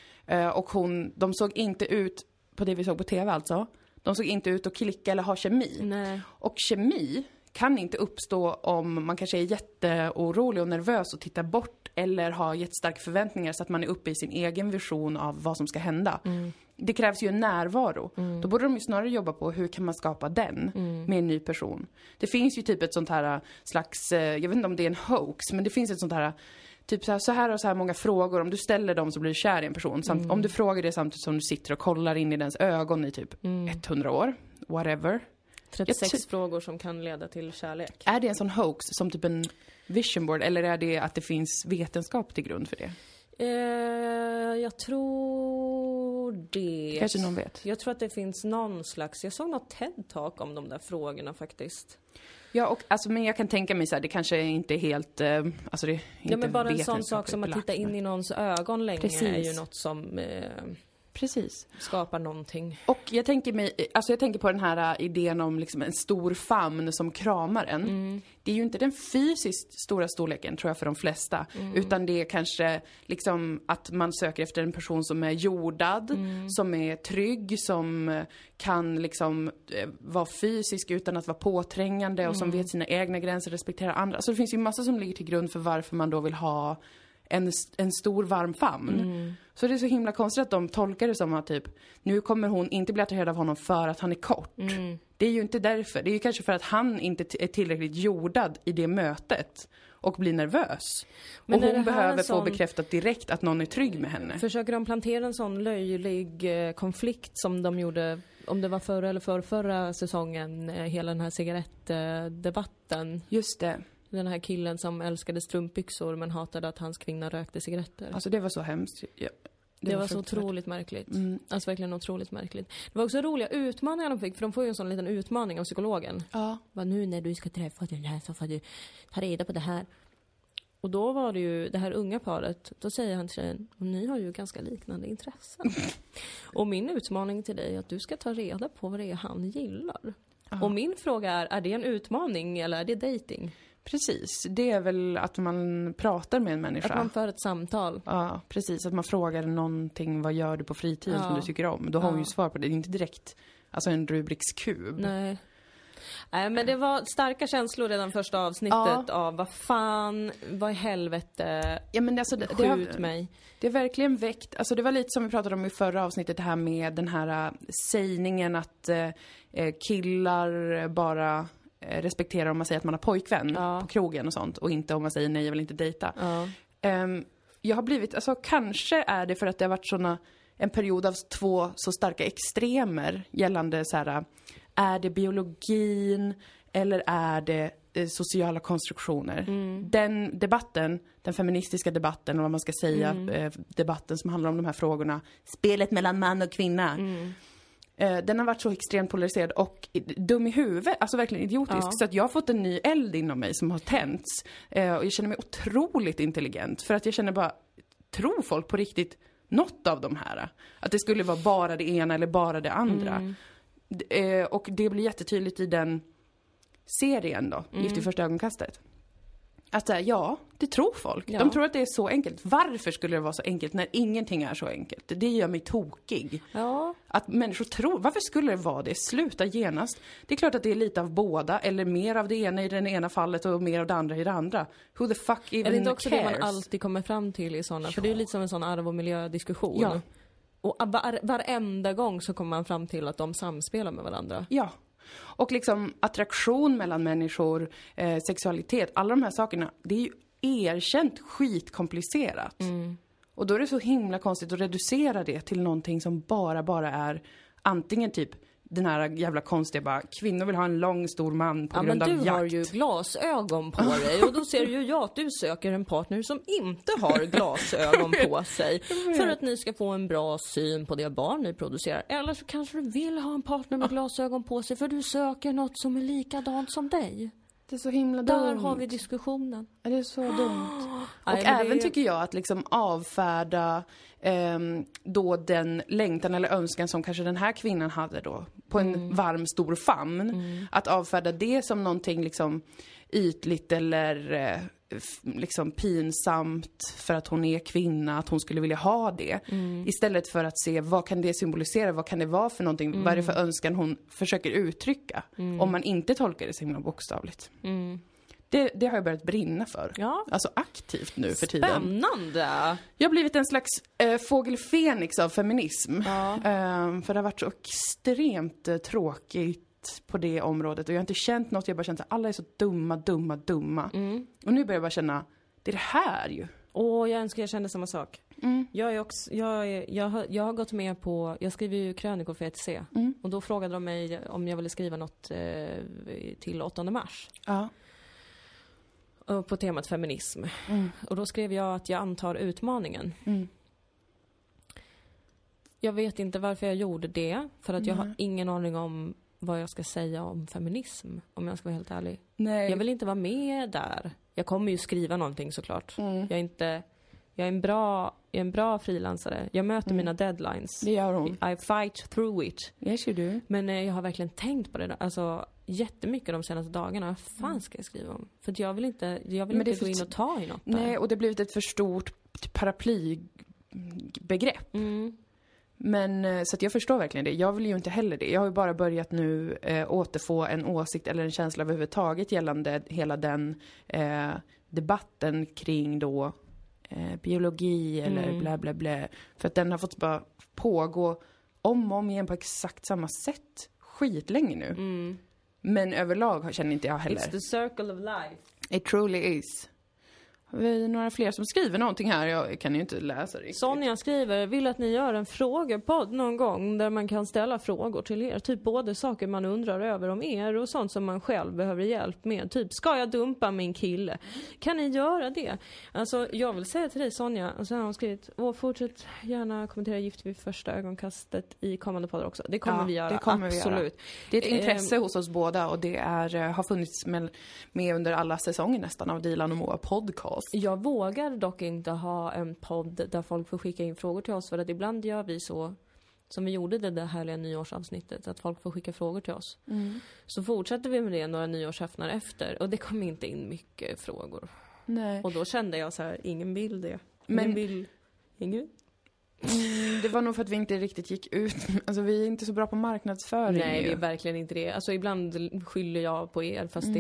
B: och hon, de såg inte ut, på det vi såg på tv alltså, de såg inte ut att klicka eller ha kemi. Nej. Och kemi kan inte uppstå om man kanske är jätteorolig och nervös och tittar bort eller har jättestarka förväntningar så att man är uppe i sin egen vision av vad som ska hända. Det krävs ju en närvaro. Då borde de ju snarare jobba på hur kan man skapa den med en ny person. Det finns ju typ ett sånt här slags, jag vet inte om det är en hoax, men det finns ett sånt här typ så här och så här många frågor. Om du ställer dem så blir du kär i en person. Om du frågar det samtidigt som du sitter och kollar in i dens ögon i typ 100 år, whatever.
A: 36 frågor som kan leda till kärlek.
B: Är det en sån hoax som typ en vision board, eller är det att det finns vetenskap till grund för det?
A: Jag tror det.
B: Kanske någon vet.
A: Jag tror att det finns någon slags, jag såg något TED-talk om de där frågorna faktiskt.
B: Ja, och alltså, men jag kan tänka mig så här, det kanske inte är helt, alltså det är inte
A: men bara en sån sak som att titta in i någons ögon länge. Precis. Är ju något som
B: precis
A: skapar någonting.
B: Och jag tänker på den här idén om liksom en stor famn som kramar en. Det är ju inte den fysiskt stora storleken tror jag för de flesta, utan det är kanske liksom att man söker efter en person som är jordad, som är trygg, som kan liksom vara fysisk utan att vara påträngande och som vet sina egna gränser, respekterar andra. Så det finns ju massa som ligger till grund för varför man då vill ha en stor varm famn. Så det är så himla konstigt att de tolkar det som att typ, nu kommer hon inte bli attraherad av honom för att han är kort. Det är ju inte därför. Det är ju kanske för att han inte är tillräckligt jordad i det mötet och blir nervös. Men och hon behöver få bekräftat direkt att någon är trygg med henne.
A: Försöker de plantera en sån löjlig konflikt som de gjorde, om det var förra eller förra säsongen, hela den här cigarettdebatten?
B: Just det.
A: Den här killen som älskade strumpbyxor men hatade att hans kvinna rökte cigaretter.
B: Alltså det var så hemskt. Ja,
A: det var så otroligt märkligt. Alltså verkligen otroligt märkligt. Det var också roliga utmaningar de fick, för de får ju en sån liten utmaning av psykologen. Ja. Vad nu när du ska träffa den här så får du ta reda på det här. Och då var det ju det här unga paret, då säger han till tjejen, ni har ju ganska liknande intressen. Och min utmaning till dig är att du ska ta reda på vad det är han gillar. Och min fråga är det en utmaning eller är det dating?
B: Precis, det är väl att man pratar med en människa.
A: Att man för ett samtal.
B: Ja, precis. Att man frågar någonting, vad gör du på fritiden som du tycker om? Då har hon ju svar på det. Det är inte direkt alltså en Rubiks kub.
A: Nej, men det var starka känslor redan första avsnittet av vad i helvete,
B: men alltså,
A: skjut mig.
B: Det är verkligen väckt, alltså det var lite som vi pratade om i förra avsnittet, det här med den här sägningen att killar bara respekterar om man säger att man har pojkvän på krogen och sånt, och inte om man säger nej, jag vill inte dejta. Jag har blivit, alltså kanske är det för att det har varit en period av två så starka extremer gällande så här, är det biologin eller är det sociala konstruktioner? Den debatten, den feministiska debatten, eller vad man ska säga, debatten som handlar om de här frågorna, spelet mellan man och kvinna, den har varit så extremt polariserad och dum i huvudet, alltså verkligen idiotisk, så att jag har fått en ny eld inom mig som har tänts, och jag känner mig otroligt intelligent, för att jag känner bara, tror folk på riktigt något av de här? Att det skulle vara bara det ena eller bara det andra. Och det blir jättetydligt i den serien då, Gift i första ögonkastet. Att det tror folk. De tror att det är så enkelt. Varför skulle det vara så enkelt när ingenting är så enkelt? Det gör mig tokig. Att människor tror, varför skulle det vara det? Sluta genast. Det är klart att det är lite av båda, eller mer av det ena i det ena fallet och mer av det andra i det andra. Who the fuck even cares?
A: Är det inte också det man alltid kommer fram till i sådana? För det är ju lite som en sån arv- och miljödiskussion. Ja. Och varenda gång så kommer man fram till att de samspelar med varandra.
B: Ja. Och liksom attraktion mellan människor, sexualitet, alla de här sakerna, det är ju erkänt skitkomplicerat. Och då är det så himla konstigt att reducera det till någonting som bara är antingen typ den här jävla konstiga bara, kvinnor vill ha en lång stor man på grund av jakt.
A: Men du har ju glasögon på dig och då ser du ju att du söker en partner som inte har glasögon på sig för att ni ska få en bra syn på det barn ni producerar. Eller så kanske du vill ha en partner med glasögon på sig för du söker något som är likadant som dig.
B: Det är så himla dumt.
A: Där har vi diskussionen.
B: Det är så dumt. Och även tycker jag att liksom avfärda då den längtan eller önskan som kanske den här kvinnan hade då på en varm stor famn. Att avfärda det som någonting liksom ytligt eller liksom pinsamt för att hon är kvinna, att hon skulle vilja ha det. Istället för att se vad kan det symbolisera, vad kan det vara för någonting, vad är det för önskan hon försöker uttrycka om man inte tolkar det så himla bokstavligt. Det har jag börjat brinna för.
A: Ja.
B: Alltså aktivt nu för tiden.
A: Spännande!
B: Jag har blivit en slags fågel Fenix av feminism. För det har varit så extremt tråkigt på det området. Och jag har inte känt något. Jag har bara känt att alla är så dumma. Och nu börjar jag bara känna, det är det här ju.
A: Jag önskar jag kände samma sak. Jag har gått med på, jag skriver ju krönikor för ETC. Och då frågade de mig om jag ville skriva något till 8 mars.
B: Ja.
A: På temat feminism. Och då skrev jag att jag antar utmaningen. Jag vet inte varför jag gjorde det. För att jag har ingen aning om vad jag ska säga om feminism. Om jag ska vara helt ärlig.
B: Nej.
A: Jag vill inte vara med där. Jag kommer ju skriva någonting såklart. Jag är en bra frilansare. Jag möter mina deadlines.
B: Det gör hon.
A: I fight through it.
B: Yes, you do.
A: Men jag har verkligen tänkt på det. Alltså jättemycket de senaste dagarna. Vad fan ska jag skriva om? För att jag vill inte gå in och ta i något där.
B: Nej, och det har blivit ett för stort paraplybegrepp. Men så att jag förstår verkligen det. Jag vill ju inte heller det. Jag har ju bara börjat nu återfå en åsikt eller en känsla överhuvudtaget gällande hela den debatten kring då biologi eller bla bla bla. För att den har fått bara pågå om och om igen på exakt samma sätt skitlänge nu. Men överlag känner inte jag heller.
A: It's the circle of life.
B: It truly is. Har vi några fler som skriver någonting här? Jag kan ju inte läsa riktigt.
A: Sonja skriver, vill att ni gör en frågepodd någon gång där man kan ställa frågor till er. Typ både saker man undrar över om er och sånt som man själv behöver hjälp med. Typ, ska jag dumpa min kille? Kan ni göra det? Alltså, jag vill säga till dig Sonja, och så har hon skrivit, fortsätt gärna kommentera Gift vid första ögonkastet i kommande poddar också. Det kommer vi göra,
B: det kommer
A: absolut.
B: Vi göra. Det är ett intresse hos oss båda och det har funnits med under alla säsonger nästan av Dilan och Moa podcast.
A: Jag vågar dock inte ha en podd där folk får skicka in frågor till oss, för att ibland gör vi så som vi gjorde det där härliga nyårsavsnittet, att folk får skicka frågor till oss. Så fortsätter vi med det några nyårsaftnar efter, och det kom inte in mycket frågor.
B: Nej.
A: Och då kände jag så här, ingen vill det. Ingen.
B: Det var nog för att vi inte riktigt gick ut. Alltså vi är inte så bra på marknadsföring.
A: Nej, vi är verkligen inte det. Alltså ibland skyller jag på er, fast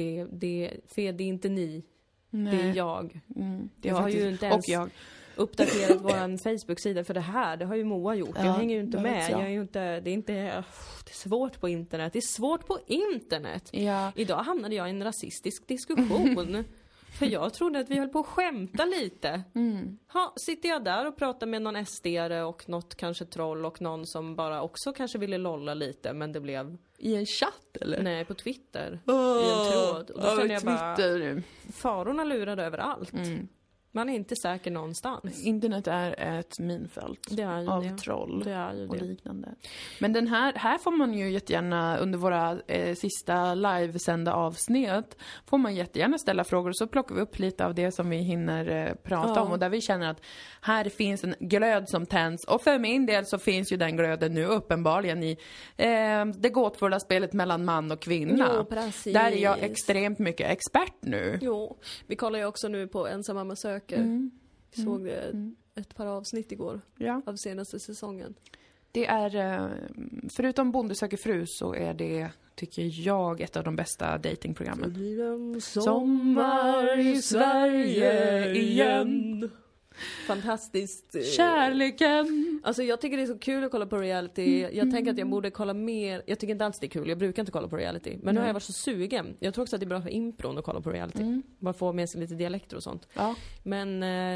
A: det är inte ni. Nej. Det är jag.
B: Det är
A: jag
B: faktiskt,
A: har ju inte ens uppdaterat våran Facebook-sida för det här. Det har ju Moa gjort. Jag hänger ju inte med. Jag är ju inte, det är svårt på internet. Det är svårt på internet.
B: Ja.
A: Idag hamnade jag i en rasistisk diskussion. För jag trodde att vi höll på att skämta lite. Sitter jag där och pratar med någon SD-are och något kanske troll och någon som bara också kanske ville lolla lite, men det blev...
B: I en chatt eller?
A: Nej, på Twitter. I en tråd. Och då kände jag
B: Twitter.
A: bara... Farorna lurade överallt. Man är inte säker någonstans.
B: Internet är ett minfält av troll och liknande. Men den här får man ju jättegärna under våra sista livesända avsnitt får man jättegärna ställa frågor, så plockar vi upp lite av det som vi hinner prata om och där vi känner att här finns en glöd som tänds, och för min del så finns ju den glöden nu uppenbarligen i det gåtfulla spelet mellan man och kvinna.
A: Jo, precis.
B: Där är jag extremt mycket expert nu.
A: Jo, vi kollar ju också nu på Ensamma med söker. Vi såg ett par avsnitt igår av senaste säsongen.
B: Det är, förutom Bonde söker fru, så är det, tycker jag, ett av de bästa datingprogrammen.
A: Så blir det sommar i Sverige igen. Fantastiskt.
B: Kärleken.
A: Alltså jag tycker det är så kul att kolla på reality. Jag tänker att jag borde kolla mer. Jag tycker inte alls det är kul. Jag brukar inte kolla på reality. Men nu har jag varit så sugen. Jag tror också att det är bra för impron att kolla på reality. Bara få med sig lite dialekter och sånt.
B: Ja.
A: Men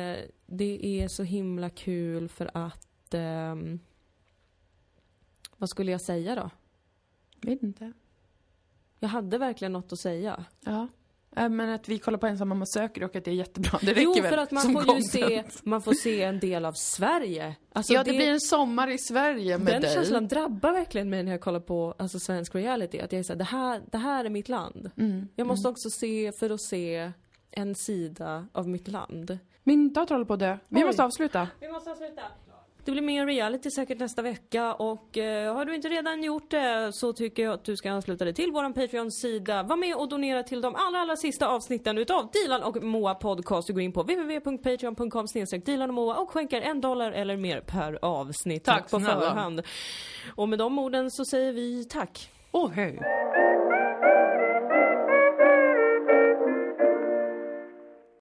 A: det är så himla kul för att... vad skulle jag säga då?
B: Vet inte.
A: Jag hade verkligen något att säga.
B: Ja. Men att vi kollar på Ensamma med söker och att det är jättebra. Det räcker
A: för
B: väl
A: att man får se en del av Sverige. Alltså
B: det blir en sommar i Sverige med dig.
A: Den känslan drabbar verkligen mig när jag kollar på svensk reality. Att jag är så här, det här är mitt land. Jag måste också se en sida av mitt land.
B: Min dator håller på att dö. Vi måste avsluta.
A: Det blir mer reality säkert nästa vecka, och har du inte redan gjort det så tycker jag att du ska ansluta dig till våran Patreon-sida. Var med och donera till de allra sista avsnitten utav Dilan och Moa podcast. Du går in på www.patreon.com/Dilan och Moa och skänker $1 eller mer per avsnitt. Tack på förhand. Och med de orden så säger vi tack.
B: Hej.